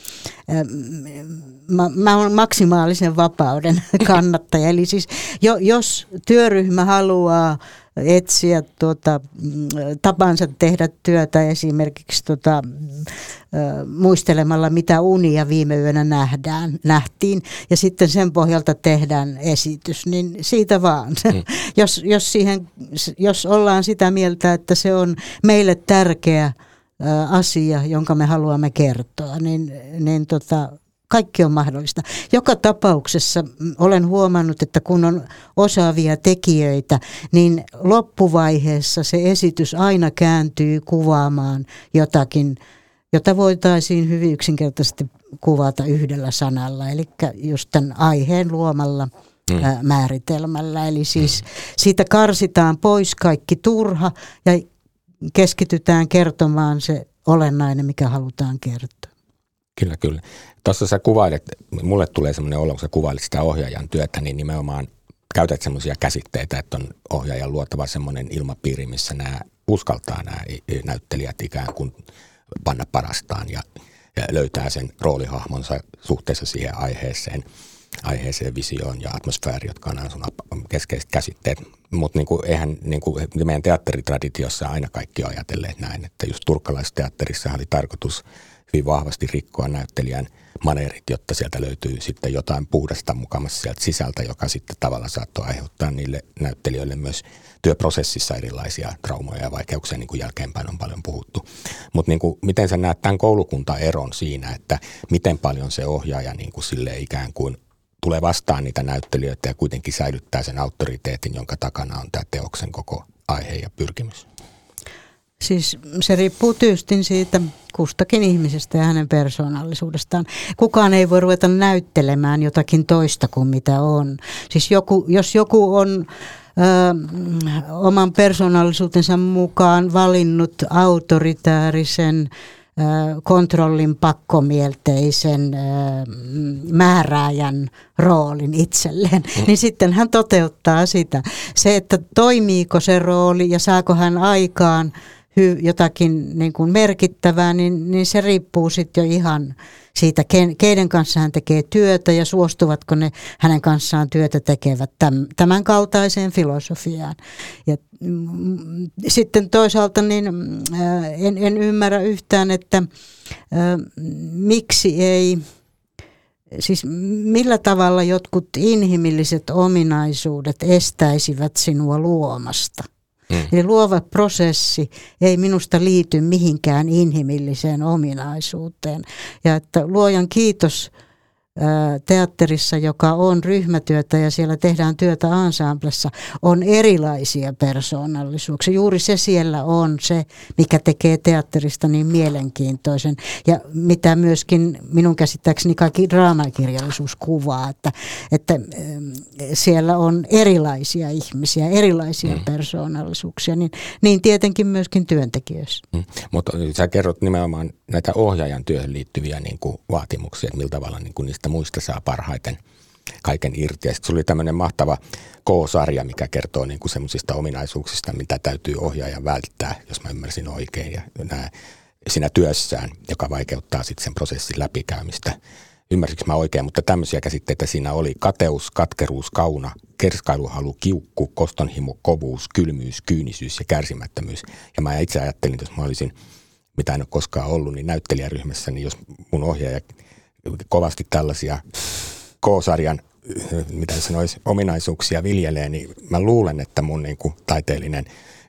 mä olen maksimaalisen vapauden kannattaja. Eli siis jos työryhmä haluaa etsiä tapansa tehdä työtä esimerkiksi muistelemalla, mitä unia viime yönä nähtiin, ja sitten sen pohjalta tehdään esitys, niin siitä vaan. Jos ollaan sitä mieltä, että se on meille tärkeä asia, jonka me haluamme kertoa, niin kaikki on mahdollista. Joka tapauksessa olen huomannut, että kun on osaavia tekijöitä, niin loppuvaiheessa se esitys aina kääntyy kuvaamaan jotakin, jota voitaisiin hyvin yksinkertaisesti kuvata yhdellä sanalla, eli just tämän aiheen luomalla määritelmällä. Eli siis siitä karsitaan pois kaikki turha ja keskitytään kertomaan se olennainen, mikä halutaan kertoa. Kyllä. Tuossa sä kuvailet, mulle tulee semmoinen olo, kun sä kuvailit sitä ohjaajan työtä, niin nimenomaan käytät semmoisia käsitteitä, että on ohjaajan luotava semmoinen ilmapiiri, missä uskaltaa nämä näyttelijät ikään kuin panna parastaan ja löytää sen roolihahmonsa suhteessa siihen aiheeseen, visioon ja atmosfääriin, jotka on aina sun keskeiset käsitteet. Mutta eihän meidän teatteritraditiossa aina kaikki on ajatelleet näin, että just turkkalaisteatterissa oli tarkoitus hyvin vahvasti rikkoa näyttelijän maneerit, jotta sieltä löytyy sitten jotain puhdasta mukamassa sieltä sisältä, joka sitten tavallaan saattoi aiheuttaa niille näyttelijöille myös työprosessissa erilaisia traumoja ja vaikeuksia, niin kuin jälkeenpäin on paljon puhuttu. Mutta miten sä näet tämän koulukuntaeron siinä, että miten paljon se ohjaaja sille ikään kuin tulee vastaan niitä näyttelijöitä ja kuitenkin säilyttää sen auktoriteetin, jonka takana on tämä teoksen koko aihe ja pyrkimys? Siis se riippuu tyystin siitä kustakin ihmisestä ja hänen persoonallisuudestaan. Kukaan ei voi ruveta näyttelemään jotakin toista kuin mitä on. Siis jos joku on oman persoonallisuutensa mukaan valinnut autoritäärisen, kontrollin pakkomielteisen määrääjän roolin itselleen, niin sitten hän toteuttaa sitä. Se, että toimiiko se rooli ja saako hän aikaan jotakin niin kuin merkittävää, niin se riippuu sitten jo ihan siitä, keiden kanssa hän tekee työtä ja suostuvatko ne hänen kanssaan työtä tekevät tämän kaltaiseen filosofiaan. Ja sitten toisaalta niin en ymmärrä yhtään, että miksi ei, siis millä tavalla jotkut inhimilliset ominaisuudet estäisivät sinua luomasta. Eli luova prosessi ei minusta liity mihinkään inhimilliseen ominaisuuteen. Ja että luojan kiitos teatterissa, joka on ryhmätyötä ja siellä tehdään työtä ensemblessa, on erilaisia persoonallisuuksia. Juuri se siellä on se, mikä tekee teatterista niin mielenkiintoisen ja mitä myöskin minun käsittääkseni kaikki draamakirjallisuus kuvaa, että siellä on erilaisia ihmisiä, erilaisia persoonallisuuksia, niin tietenkin myöskin työntekijöissä. Mutta sä kerrot nimenomaan näitä ohjaajan työhön liittyviä niin kuin vaatimuksia, että millä tavalla niin kuin niistä muista saa parhaiten kaiken irti. Ja sitten se oli tämmöinen mahtava K-sarja, mikä kertoo niin kuin semmoisista ominaisuuksista, mitä täytyy ohjaajan välttää, jos mä ymmärsin oikein. Ja siinä työssään, joka vaikeuttaa sitten sen prosessin läpikäymistä. Ymmärsikö mä oikein, mutta tämmöisiä käsitteitä siinä oli: kateus, katkeruus, kauna, kerskailuhalu, kiukku, kostonhimo, kovuus, kylmyys, kyynisyys ja kärsimättömyys. Ja mä itse ajattelin, että jos mä olisin, mitä en ole koskaan ollut, niin näyttelijäryhmässä, niin jos mun ohjaaja kovasti tällaisia K-sarjan, mitä sanoisi, ominaisuuksia viljelee, niin mä luulen, että mun niin kuin taiteellinen,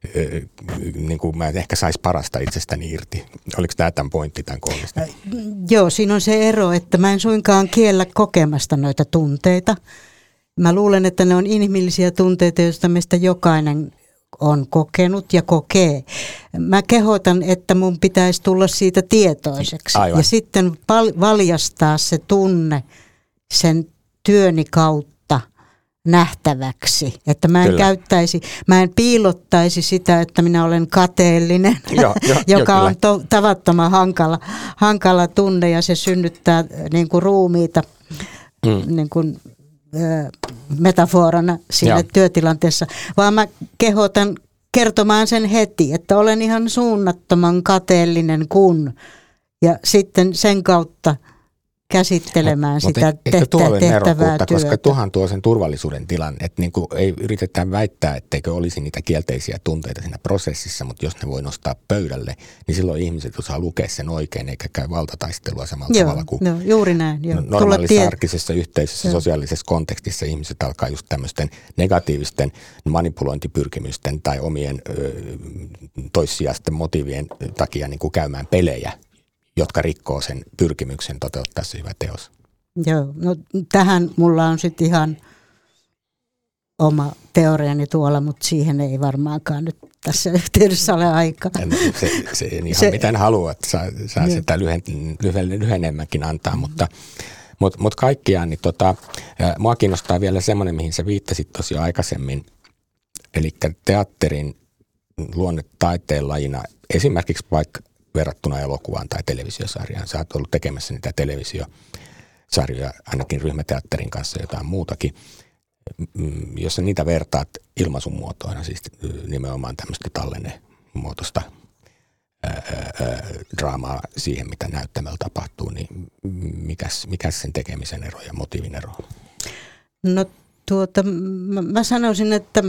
niin kuin mä ehkä sais parasta itsestäni irti. Oliko tämä tämän pointti tämän kohdista? Joo, siinä on se ero, että mä en suinkaan kiellä kokemasta noita tunteita. Mä luulen, että ne on inhimillisiä tunteita, joista meistä jokainen on kokenut ja kokee. Mä kehotan, että mun pitäisi tulla siitä tietoiseksi. Aivan. Ja sitten valjastaa se tunne sen työni kautta nähtäväksi. Että mä en piilottaisi sitä, että minä olen kateellinen, joka on tavattoman hankala tunne ja se synnyttää niin kuin ruumiita niin kuin metaforana siinä työtilanteessa, vaan mä kehotan kertomaan sen heti, että olen ihan suunnattoman kateellinen ja sitten sen kautta käsittelemään sitä tehtävää työtä. Koska tuohan tuo sen turvallisuuden tilan, että niin kuin ei yritetä väittää, etteikö olisi niitä kielteisiä tunteita siinä prosessissa, mutta jos ne voi nostaa pöydälle, niin silloin ihmiset osaa lukea sen oikein, eikä käy valtataistelua samalla tavalla kuin juuri näin. Normaalissa arkisessa yhteisössä, sosiaalisessa kontekstissa ihmiset alkaa just tämmöisten negatiivisten manipulointipyrkimysten tai omien toissijaisten motiivien takia niin kuin käymään pelejä, jotka rikkoo sen pyrkimyksen toteuttaa se hyvä teos. Joo, no tähän mulla on sitten ihan oma teoriani tuolla, mutta siihen ei varmaankaan nyt tässä yhteydessä ole aikaa. Se ei ihan miten haluaa, että saa sitä lyhennemmänkin antaa, mutta kaikkiaan niin mua kiinnostaa vielä semmoinen, mihin sä viittasit tosiaan aikaisemmin, eli teatterin luonne taiteen lajina, esimerkiksi vaikka verrattuna elokuvaan tai televisiosarjaan. Sä oot ollut tekemässä niitä televisiosarjoja ainakin ryhmäteatterin kanssa jotain muutakin. Jos sä niitä vertaat ilmaisun muotoina, siis nimenomaan tämmöistä tallennemuotoista draamaa siihen, mitä näyttämällä tapahtuu, niin mikäs sen tekemisen ero ja motiivin ero? No mä sanoisin, että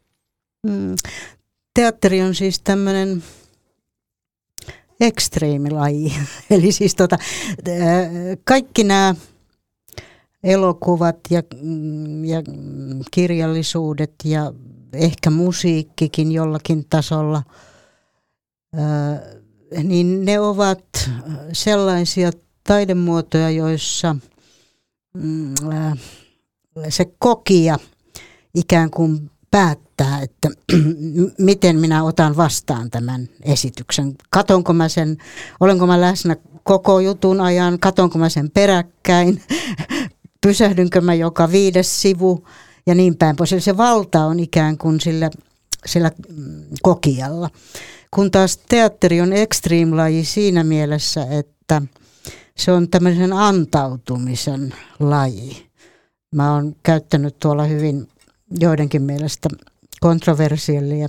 teatteri on siis tämmöinen ekstriimilaji. Eli siis kaikki nämä elokuvat ja kirjallisuudet ja ehkä musiikkikin jollakin tasolla, niin ne ovat sellaisia taidemuotoja, joissa se kokija ikään kuin päättää päättää, että miten minä otan vastaan tämän esityksen. Katonko mä sen, olenko mä läsnä koko jutun ajan, katonko mä sen peräkkäin, pysähdynkö mä joka 5. sivu ja niin päin pois. Eli se valta on ikään kuin sillä kokijalla. Kun taas teatteri on extreme-laji siinä mielessä, että se on tämmöisen antautumisen laji. Mä oon käyttänyt tuolla hyvin joidenkin mielestä kontroversiellia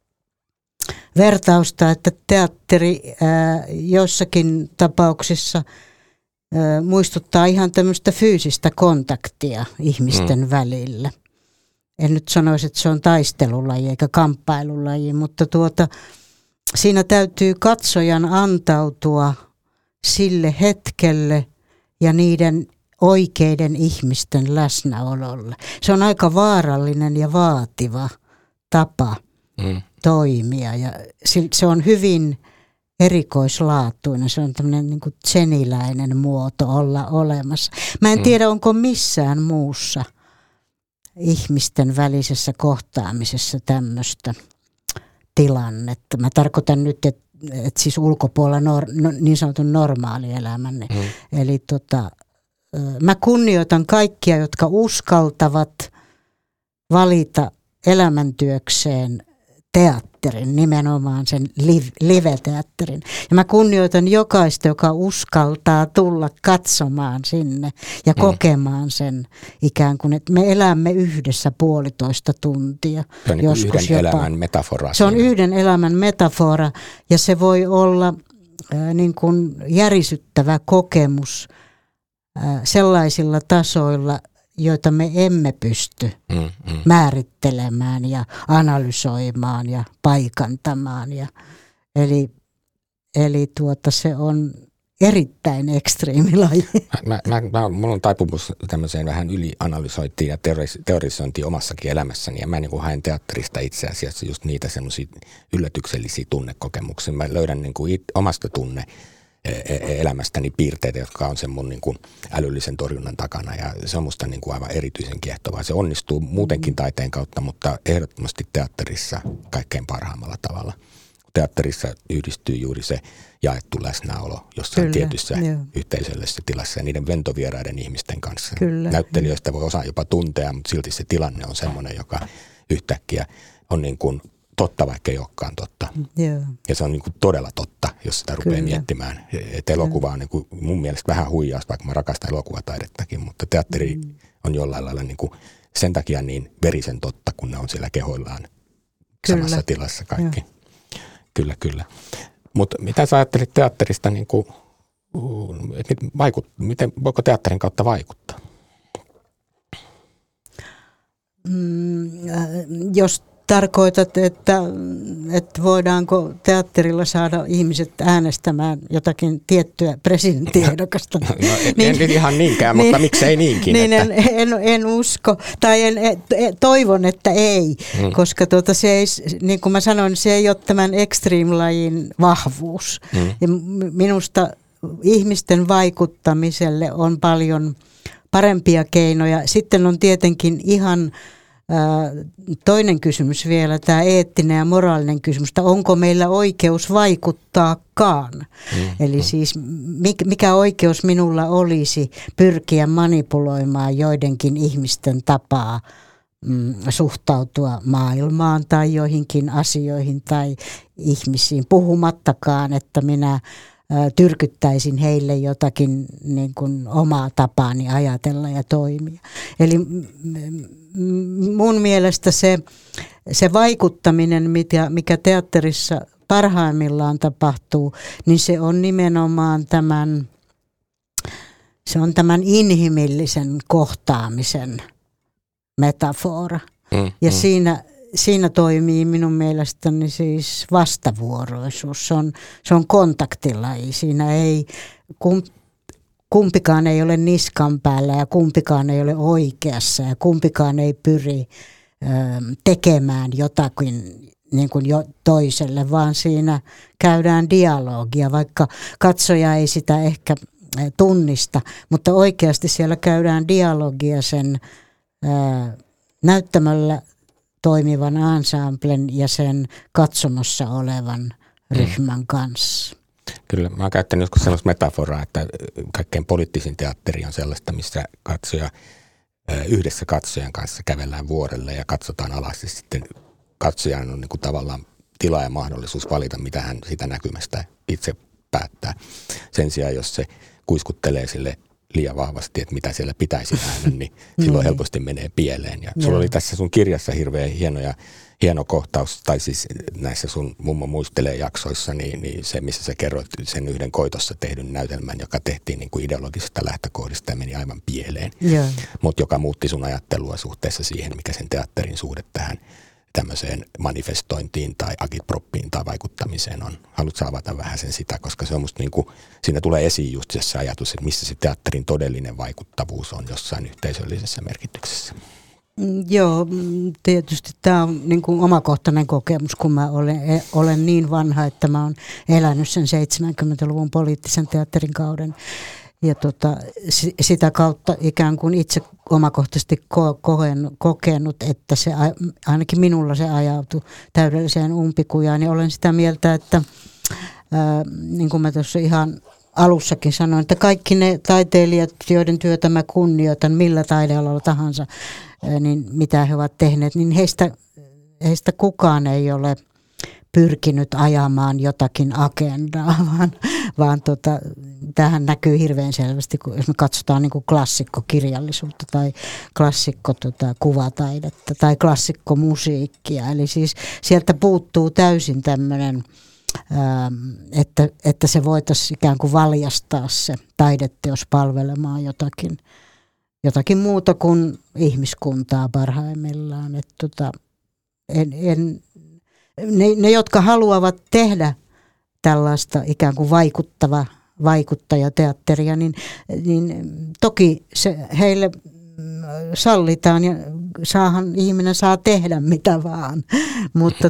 vertausta, että teatteri jossakin tapauksissa muistuttaa ihan tämmöistä fyysistä kontaktia ihmisten välillä. En nyt sanoisi, että se on taistelulaji eikä kamppailulaji, mutta siinä täytyy katsojan antautua sille hetkelle ja niiden oikeiden ihmisten läsnäololle. Se on aika vaarallinen ja vaativa tapa toimia ja se on hyvin erikoislaatuinen. Se on tämmöinen niin kuin tseniläinen muoto olla olemassa. Mä en tiedä, onko missään muussa ihmisten välisessä kohtaamisessa tämmöistä tilannetta. Mä tarkoitan nyt, että siis ulkopuolella niin sanotun normaalielämän. Eli mä kunnioitan kaikkia, jotka uskaltavat valita elämäntyökseen teatterin, nimenomaan sen live-teatterin. Ja mä kunnioitan jokaista, joka uskaltaa tulla katsomaan sinne ja kokemaan sen ikään kuin, että me elämme yhdessä 1,5 tuntia. Se on niin yhden elämän metafora. Se on yhden elämän metafora ja se voi olla niin kuin järisyttävä kokemus sellaisilla tasoilla, joita me emme pysty määrittelemään ja analysoimaan ja paikantamaan. Eli se on erittäin ekstriimilaji. Mulla on taipumus tämmöiseen vähän ylianalysointiin ja teorisointiin omassakin elämässäni. Ja mä niin kuin haen teatterista itse asiassa just niitä semmoisia yllätyksellisiä tunnekokemuksia. Mä löydän niin kuin omasta elämästäni piirteitä, jotka on sen mun niin kuin älyllisen torjunnan takana ja se on musta niin kuin aivan erityisen kiehtovaa. Se onnistuu muutenkin taiteen kautta, mutta ehdottomasti teatterissa kaikkein parhaimmalla tavalla. Teatterissa yhdistyy juuri se jaettu läsnäolo jossain tietyssä yhteisöllisessä tilassa ja niiden ventovieraiden ihmisten kanssa. Kyllä, näyttelijöistä voi osaa jopa tuntea, mutta silti se tilanne on semmoinen, joka yhtäkkiä on niin kuin totta, vaikka ei olekaan totta. Ja se on niin kuin todella totta, jos sitä rupeaa miettimään. Et elokuva on niin kuin mun mielestä vähän huijaus, vaikka mä rakastan elokuvataidettakin, mutta teatteri on jollain lailla niin kuin sen takia niin verisen totta, kun ne on siellä kehoillaan samassa tilassa kaikki. Kyllä. Mutta mitä sä ajattelit teatterista, niin kuin, miten voiko teatterin kautta vaikuttaa? Jos tarkoitat, että voidaanko teatterilla saada ihmiset äänestämään jotakin tiettyä presidenttiehdokasta. En ihan niinkään, mutta miksei niinkin? En usko, tai toivon, että ei, koska se ei, niin kuin mä sanoin, se ei ole tämän extreme-lajin vahvuus. Ja minusta ihmisten vaikuttamiselle on paljon parempia keinoja. Sitten on tietenkin ihan toinen kysymys vielä, tämä eettinen ja moraalinen kysymys, että onko meillä oikeus vaikuttaakaan. Eli siis mikä oikeus minulla olisi pyrkiä manipuloimaan joidenkin ihmisten tapaa suhtautua maailmaan tai joihinkin asioihin tai ihmisiin, puhumattakaan, että minä tyrkyttäisin heille jotakin niin kuin omaa tapaani ajatella ja toimia. Eli mun mielestä se vaikuttaminen, mikä teatterissa parhaimmillaan tapahtuu, niin se on nimenomaan tämän inhimillisen kohtaamisen metafora. Ja siinä toimii minun mielestäni siis vastavuoroisuus. Se on kontaktilaji. Siinä ei, kumpikaan ei ole niskan päällä ja kumpikaan ei ole oikeassa ja kumpikaan ei pyri tekemään jotakin niin kuin jo toiselle, vaan siinä käydään dialogia, vaikka katsoja ei sitä ehkä tunnista, mutta oikeasti siellä käydään dialogia sen näyttämällä toimivan ensemblen ja sen katsomossa olevan ryhmän kanssa. Kyllä, mä oon käyttänyt joskus sellaista metaforaa, että kaikkein poliittisin teatteri on sellaista, missä yhdessä katsojan kanssa kävellään vuorelle ja katsotaan alas ja sitten katsojan on niin kuin tavallaan tila ja mahdollisuus valita, mitä hän sitä näkymästä itse päättää. Sen sijaan, jos se kuiskuttelee sille liian vahvasti, että mitä siellä pitäisi nähdä, niin silloin helposti menee pieleen. Ja sulla oli tässä sun kirjassa hirveän hieno kohtaus, tai siis näissä sun mummo muistelee jaksoissa, niin se, missä sä kerroit sen yhden koitossa tehdyn näytelmän, joka tehtiin niin kuin ideologisesta lähtökohdista ja meni aivan pieleen, mutta joka muutti sun ajattelua suhteessa siihen, mikä sen teatterin suhde tähän tämmöiseen manifestointiin tai agitproppiin tai vaikuttamiseen on. Haluatko avata vähän sen sitä, koska se on musta niin kuin, siinä tulee esiin just se ajatus, että missä se teatterin todellinen vaikuttavuus on jossain yhteisöllisessä merkityksessä. Joo, tietysti tämä on niin kuin omakohtainen kokemus, kun mä olen niin vanha, että mä oon elänyt sen 70-luvun poliittisen teatterin kauden. Ja sitä kautta ikään kuin itse omakohtaisesti kokenut, että se, ainakin minulla se ajautui täydelliseen umpikujaan. Ja olen sitä mieltä, että niin kuin mä tuossa ihan alussakin sanoin, että kaikki ne taiteilijat, joiden työtä mä kunnioitan millä taidealalla tahansa, niin mitä he ovat tehneet, niin heistä kukaan ei ole pyrkinyt ajamaan jotakin agendaa, vaan tämähän näkyy hirveän selvästi, kun jos me katsotaan niin kuin klassikkokirjallisuutta tai klassikko-kuvataidetta tai klassikkomusiikkia. Eli siis sieltä puuttuu täysin tämmöinen, että se voitaisiin ikään kuin valjastaa se taideteos palvelemaan jotakin muuta kuin ihmiskuntaa parhaimmillaan. Ne, jotka haluavat tehdä tällaista ikään kuin vaikuttajateatteria, niin toki se heille sallitaan ja ihminen saa tehdä mitä vaan. Mutta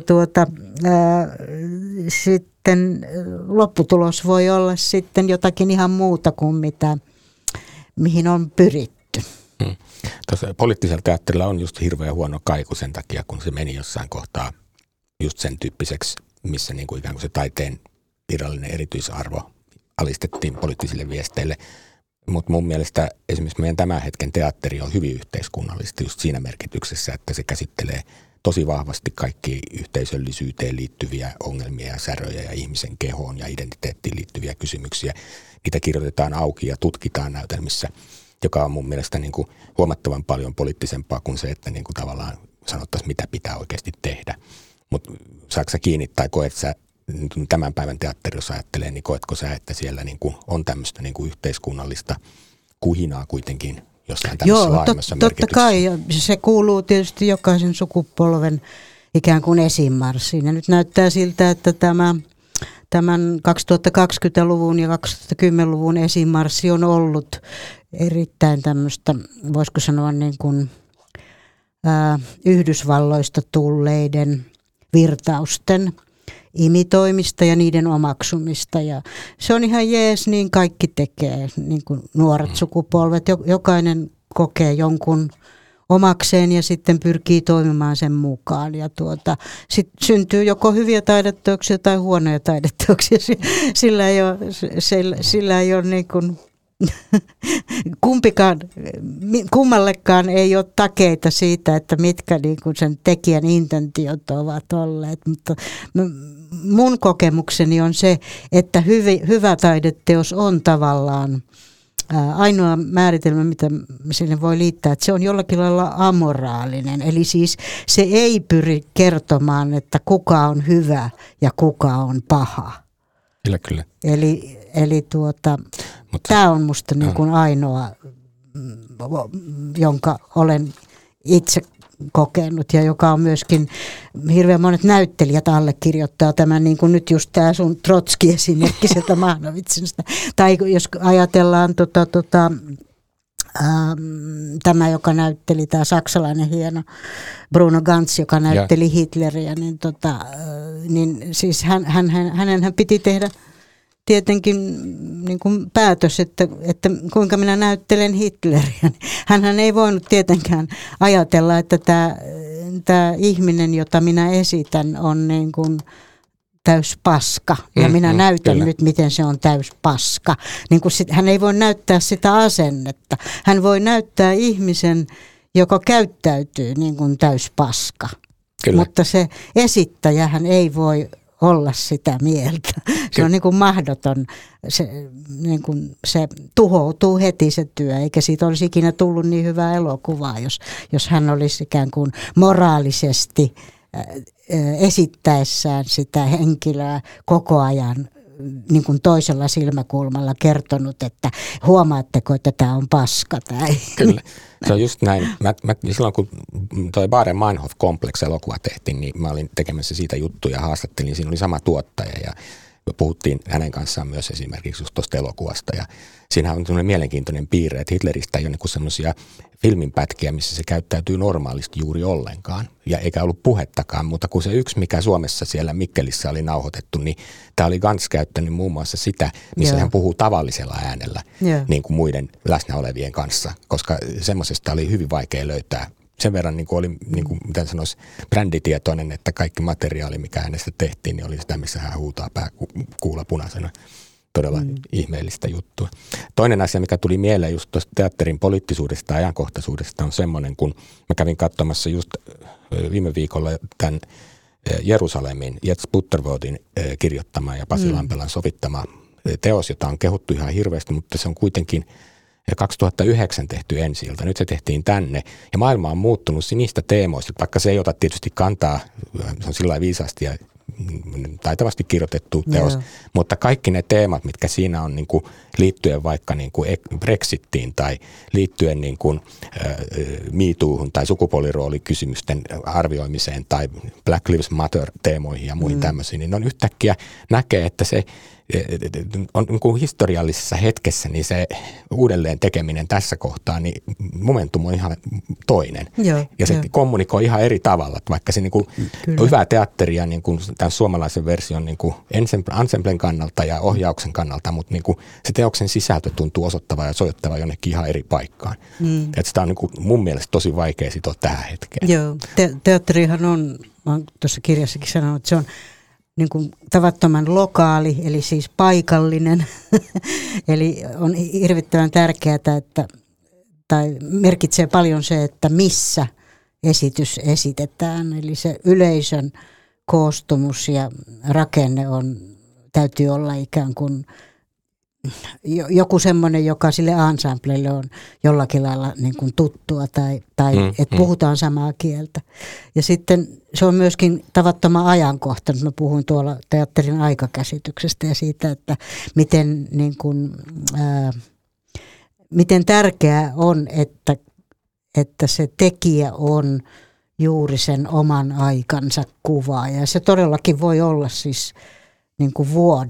sitten lopputulos voi olla sitten jotakin ihan muuta kuin mihin on pyritty. Tuossa poliittisella teatterilla on just hirveän huono kaiku sen takia, kun se meni jossain kohtaa just sen tyyppiseksi, missä niin kuin ikään kuin se taiteen virallinen erityisarvo alistettiin poliittisille viesteille. Mutta mun mielestä esimerkiksi meidän tämän hetken teatteri on hyvin yhteiskunnallista just siinä merkityksessä, että se käsittelee tosi vahvasti kaikki yhteisöllisyyteen liittyviä ongelmia ja säröjä ja ihmisen kehoon ja identiteettiin liittyviä kysymyksiä. Niitä kirjoitetaan auki ja tutkitaan näytelmissä, joka on mun mielestä niin kuin huomattavan paljon poliittisempaa kuin se, että niin kuin tavallaan sanottaisiin, mitä pitää oikeasti tehdä. Mutta saatko sä kiinni tai koet sä tämän päivän teatteri, jos ajattelee, niin koetko sä, että siellä niin kuin on tämmöistä niin kuin yhteiskunnallista kuhinaa kuitenkin jossain tämmöisessä laajemmassa merkityksessä? Totta kai, ja se kuuluu tietysti jokaisen sukupolven ikään kuin esimarssiin. Ja nyt näyttää siltä, että tämän 2020-luvun ja 2010-luvun esimarssi on ollut erittäin tämmöistä, voisiko sanoa niin kuin Yhdysvalloista tulleiden virtausten imitoimista ja niiden omaksumista. Ja se on ihan jees, niin kaikki tekee, niin kuin nuoret sukupolvet. Jokainen kokee jonkun omakseen ja sitten pyrkii toimimaan sen mukaan. Ja sitten syntyy joko hyviä taideteoksia tai huonoja taideteoksia. Sillä ei ole niin kuin kummallekaan ei ole takeita siitä, että mitkä niin kuin sen tekijän intentiot ovat olleet, mutta mun kokemukseni on se, että hyvä taideteos on tavallaan ainoa määritelmä, mitä sinne voi liittää, että se on jollakin lailla amoraalinen, eli siis se ei pyri kertomaan, että kuka on hyvä ja kuka on paha. Kyllä. Eli tämä on musta niin kuin ainoa, jonka olen itse kokenut ja joka on myöskin hirveän monet näyttelijät allekirjoittaa tämän, niin kuin nyt just tämä sun Trotski-esimerkki sieltä Mahnovitsista. Tai jos ajatellaan tämä, joka näytteli, tämä saksalainen hieno Bruno Ganz, joka näytteli Hitleriä, niin siis hänen piti tehdä tietenkin niin kuin päätös, että kuinka minä näyttelen Hitleriä. Hänhän ei voinut tietenkään ajatella, että tämä tämä ihminen, jota minä esitän, on niin kuin täys paska. Ja minä näytän nyt, miten se on täys paska. Niin kuin hän ei voi näyttää sitä asennetta. Hän voi näyttää ihmisen, joka käyttäytyy niin kuin täys paska. Kyllä. Mutta se esittäjähän ei voi olla sitä mieltä. Se on niin kuin mahdoton. Se tuhoutuu heti se työ, eikä siitä olisi ikinä tullut niin hyvää elokuvaa, jos hän olisi ikään kuin moraalisesti esittäessään sitä henkilöä koko ajan niin kuin toisella silmäkulmalla kertonut, että huomaatteko, että tämä on paska. Kyllä, se on just näin. Silloin kun toi Baader-Meinhof-Complex-elokuva tehtiin, niin mä olin tekemässä siitä juttuja ja haastattelin. Siinä oli sama tuottaja ja puhuttiin hänen kanssaan myös esimerkiksi just tuosta elokuvasta. Ja siinähän on sellainen mielenkiintoinen piirre, että Hitleristä ei ole niin semmoisia filminpätkiä, missä se käyttäytyy normaalisti juuri ollenkaan. Ja eikä ollut puhettakaan, mutta kun se yksi, mikä Suomessa siellä Mikkelissä oli nauhoitettu, niin tämä oli Gantz käyttänyt muun muassa sitä, missä hän puhuu tavallisella äänellä niin kuin muiden läsnä olevien kanssa, koska semmoisesta oli hyvin vaikea löytää. Sen verran niin kuin oli, niin kuin, miten sanoisi, bränditietoinen, että kaikki materiaali, mikä hänestä tehtiin, niin oli sitä, missä hän huutaa kuula punaisena. Todella ihmeellistä juttua. Toinen asia, mikä tuli mieleen just tuosta teatterin poliittisuudesta ja ajankohtaisuudesta, on semmoinen, kun mä kävin katsomassa just viime viikolla tämän Jerusalemin Jets Butterworthin kirjoittama ja Pasi Lampelan sovittama teos, jota on kehuttu ihan hirveästi, mutta se on kuitenkin 2009 tehty ensi-ilta. Nyt se tehtiin tänne ja maailma on muuttunut niistä teemoista, vaikka se ei ota tietysti kantaa, se on sillä lailla viisaasti ja taitavasti kirjoitettu teos, mutta kaikki ne teemat, mitkä siinä on niin kuin liittyen vaikka niin kuin Brexittiin tai liittyen niin kuin MeToohun tai sukupuoliroolikysymysten arvioimiseen tai Black Lives Matter-teemoihin ja muihin tämmöisiin, niin on yhtäkkiä näkee, että se on niin kuin historiallisessa hetkessä, niin se uudelleen tekeminen tässä kohtaa, niin momentum on ihan toinen. Ja se kommunikoi ihan eri tavalla, vaikka se niin kuin on hyvää teatteria niin kuin tämän suomalaisen version niin kuin ensemblen kannalta ja ohjauksen kannalta, mutta niin kuin se teoksen sisältö tuntuu osoittava ja sojottava jonnekin ihan eri paikkaan. Että sitä on niin kuin mun mielestä tosi vaikea sitoa tähän hetkeen. Joo, teatterihan on, mä oon tuossa kirjassakin sanonut, että se on niin kuin tavattoman lokaali, eli siis paikallinen. Eli on hirvittävän tärkeää, että, tai merkitsee paljon se, että missä esitys esitetään. Eli se yleisön koostumus ja rakenne täytyy olla ikään kuin joku semmoinen, joka sille ensemblelle on jollakin lailla niin kuin tuttua tai että puhutaan samaa kieltä. Ja sitten se on myöskin tavattoman ajankohtainen. Mä puhuin tuolla teatterin aikakäsityksestä ja siitä, että miten, niin kuin, miten tärkeää on, että se tekijä on juuri sen oman aikansa kuvaaja. Ja se todellakin voi olla siis niin kuin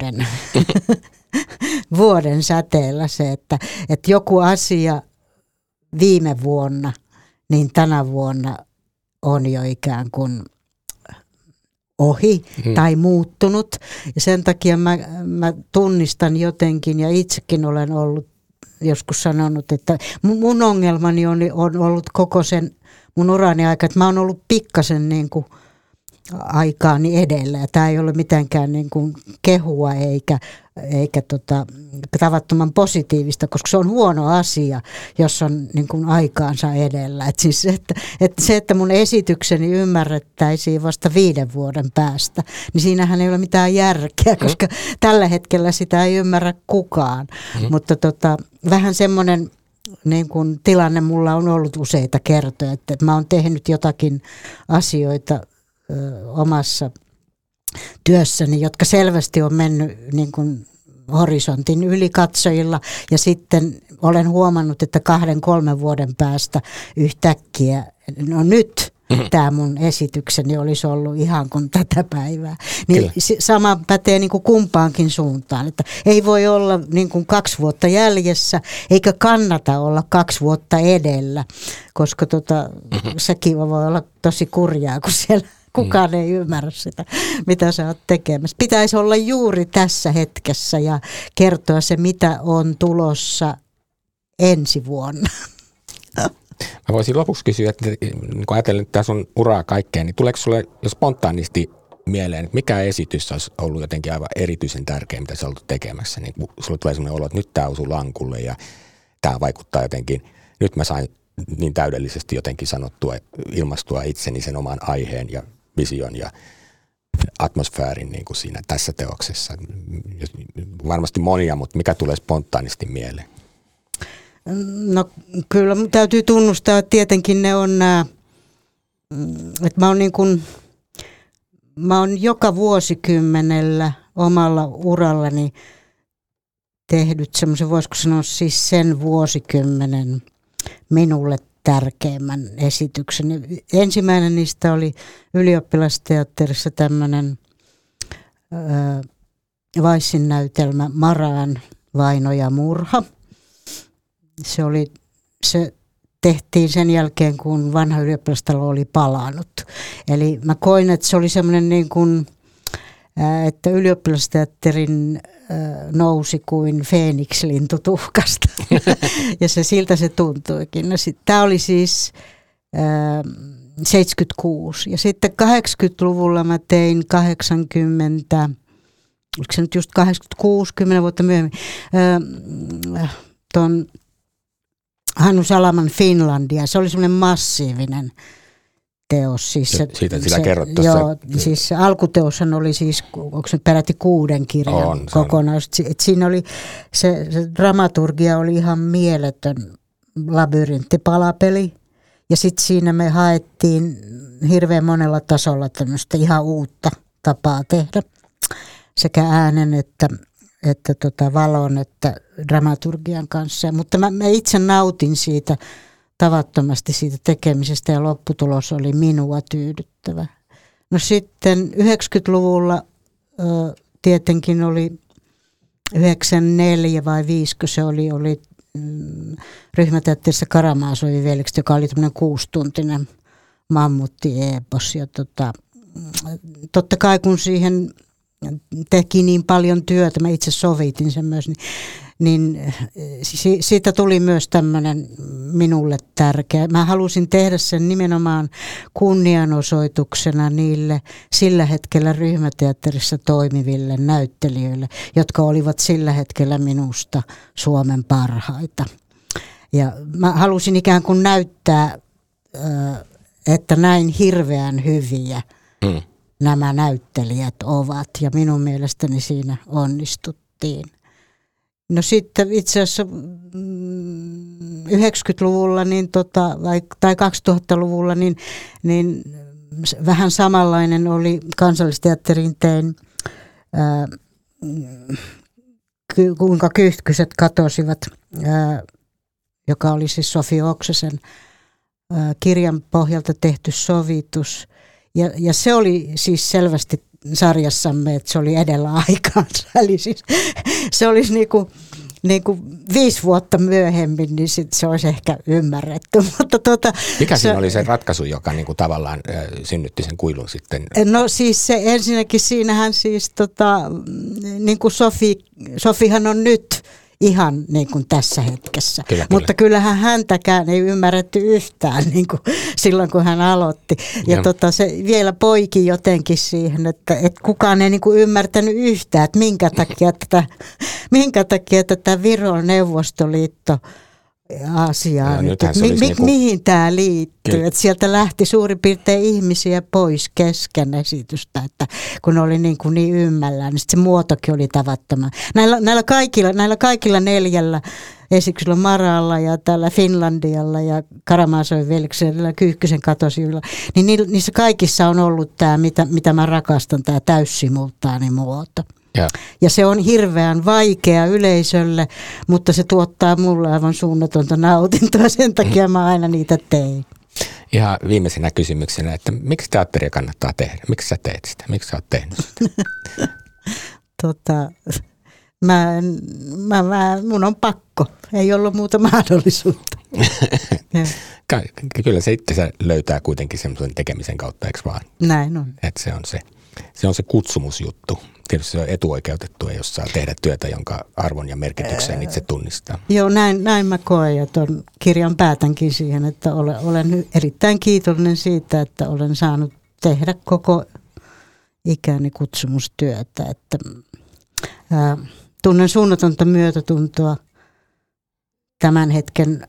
vuoden säteellä se, että joku asia viime vuonna, niin tänä vuonna on jo ikään kuin ohi tai muuttunut. Ja sen takia mä tunnistan jotenkin ja itsekin olen ollut joskus sanonut, että mun ongelmani on ollut koko sen mun urani aika, että mä oon ollut pikkasen niin kuin aikaani edellä. Ja tämä ei ole mitenkään niin kuin kehua eikä tavattoman positiivista, koska se on huono asia, jos on niin kuin aikaansa edellä. Että mun esitykseni ymmärrettäisiin vasta 5 vuoden päästä, niin siinähän ei ole mitään järkeä, koska tällä hetkellä sitä ei ymmärrä kukaan. Mutta vähän semmoinen niin kuin tilanne mulla on ollut useita kertoja, että mä oon tehnyt jotakin asioita omassa työssäni, jotka selvästi on mennyt niin kuin horisontin yli katsojilla ja sitten olen huomannut, että 2-3 vuoden päästä yhtäkkiä, no nyt tämä mun esitykseni olisi ollut ihan kuin tätä päivää. Niin sama pätee niin kuin kumpaankin suuntaan, että ei voi olla niin kuin 2 vuotta jäljessä, eikä kannata olla 2 vuotta edellä, koska sekin voi olla tosi kurjaa, kun siellä kukaan ei ymmärrä sitä, mitä sä oot tekemässä. Pitäisi olla juuri tässä hetkessä ja kertoa se, mitä on tulossa ensi vuonna. Mä voisin lopuksi kysyä, että kun ajatellen, että tässä on uraa kaikkeen, niin tuleeko sulle jo spontaanisti mieleen, että mikä esitys olisi ollut jotenkin aivan erityisen tärkeä, mitä sä olet tekemässä? Niin sulle tulee sellainen olo, että nyt tämä osuu lankulle ja tämä vaikuttaa jotenkin, nyt mä sain niin täydellisesti jotenkin sanottua, ilmastua itseni sen oman aiheen ja vision ja atmosfäärin niin kuin siinä tässä teoksessa. Varmasti monia, mutta mikä tulee spontaanisti mieleen? No kyllä täytyy tunnustaa, että tietenkin ne on nämä, että mä oon joka vuosikymmenellä omalla urallani tehnyt semmoisen, voisiko sanoa siis sen vuosikymmenen minulle tärkeimmän esityksen. Ensimmäinen niistä oli Ylioppilasteatterissa tämmöinen Weissin näytelmä Maraan vaino ja murha. Se tehtiin sen jälkeen, kun vanha ylioppilastalo oli palannut. Eli mä koin, että se oli semmoinen niin kuin, että Ylioppilasteatterin nousi kuin Feeniks-lintu tuhkasta. Ja siltä se tuntuikin. No, tämä oli siis 76. Ja sitten 80-luvulla mä tein 80, oliko se nyt just 86, 10 vuotta myöhemmin, ton Hannu Salaman Finlandia. Se oli semmoinen massiivinen teos. Siis sitä kerrot tuossa. Joo, siis se alkuteoshan oli siis, onko se peräti 6 kirjan kokonaisuus. Siinä oli, se dramaturgia oli ihan mieletön labyrinttipalapeli. Ja sitten siinä me haettiin hirveän monella tasolla tämmöistä ihan uutta tapaa tehdä. Sekä äänen että valon että dramaturgian kanssa. Mutta mä itse nautin siitä tavattomasti siitä tekemisestä ja lopputulos oli minua tyydyttävä. No sitten 90-luvulla tietenkin oli 94 vai 5, kun se oli ryhmäteatterissa Karamaazovi veljekset, joka oli tämmöinen 6-tuntinen mammutti-eepos. Ja totta kai kun siihen teki niin paljon työtä, mä itse sovitin sen myös, niin siitä tuli myös tämmöinen minulle tärkeä. Mä halusin tehdä sen nimenomaan kunnianosoituksena niille sillä hetkellä ryhmäteatterissa toimiville näyttelijöille, jotka olivat sillä hetkellä minusta Suomen parhaita. Ja mä halusin ikään kuin näyttää, että näin hirveän hyviä nämä näyttelijät ovat, ja minun mielestäni siinä onnistuttiin. No sitten itse asiassa 90-luvulla tai 2000-luvulla niin vähän samanlainen oli Kansallisteatterin tein kuinka kyyhkyset katosivat, joka oli siis Sofi Oksasen kirjan pohjalta tehty sovitus. Ja se oli siis selvästi sarjassamme, että se oli edellä aikaansa. Eli siis se olisi niin kuin 5 vuotta myöhemmin, niin sit se olisi ehkä ymmärretty. Mutta mikä siinä oli se ratkaisu, joka niin kuin tavallaan synnytti sen kuilun sitten? No siis se ensinnäkin siinähän siis niin kuin Sofihan on nyt ihan niin kuin tässä hetkessä. Kyllä. Mutta kyllähän häntäkään ei ymmärretty yhtään niin kuin silloin, kun hän aloitti. Ja se vielä poiki jotenkin siihen, että kukaan ei niin kuin ymmärtänyt yhtään, että minkä takia tätä Viron Neuvostoliitto asiaa, mihin tämä liittyy. Että sieltä lähti suurin piirtein ihmisiä pois kesken esitystä, että kun oli niin ymmällään, niin se muotokin oli tavattoman. Näillä kaikilla 4 esityksillä Maralla ja tällä Finlandialla ja Karamazovin veljeksellä Kyyhkysen katosilla, niin niissä kaikissa on ollut tämä, mitä mä rakastan, tämä täyssimultaani muoto. Ja se on hirveän vaikea yleisölle, mutta se tuottaa mulle aivan suunnatonta nautintoa, sen takia mä aina niitä tein. Ihan viimeisenä kysymyksenä, että miksi teatteria kannattaa tehdä? Miksi sä teet sitä? Miksi sä oot tehnyt sitä? Mun on pakko. Ei ollut muuta mahdollisuutta. Kyllä se itse löytää kuitenkin semmoisen tekemisen kautta, eikö vaan? Näin on. Että se on se kutsumusjuttu. tietysti se on etuoikeutettua, jos saa tehdä työtä, jonka arvon ja merkityksen itse tunnistaa. Joo, näin mä koen ja tuon kirjan päätänkin siihen, että olen erittäin kiitollinen siitä, että olen saanut tehdä koko ikäni kutsumustyötä. Että, tunnen suunnatonta myötätuntoa tämän hetken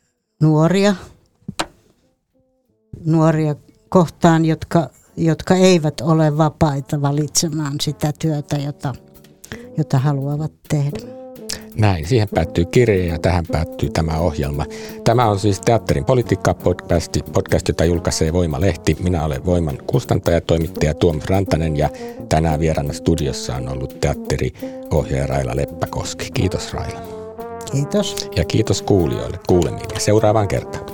nuoria kohtaan, jotka eivät ole vapaita valitsemaan sitä työtä, jota haluavat tehdä. Näin, siihen päättyy kirja ja tähän päättyy tämä ohjelma. Tämä on siis Teatterin politiikka-podcast, jota julkaisee Voima-lehti. Minä olen Voiman kustantaja ja toimittaja Tuomas Rantanen ja tänään vieraana studiossa on ollut teatteriohjaaja Raila Leppäkoski. Kiitos Raila. Kiitos. Ja kiitos kuulijoille. Kuulemiin ja seuraavaan kertaan.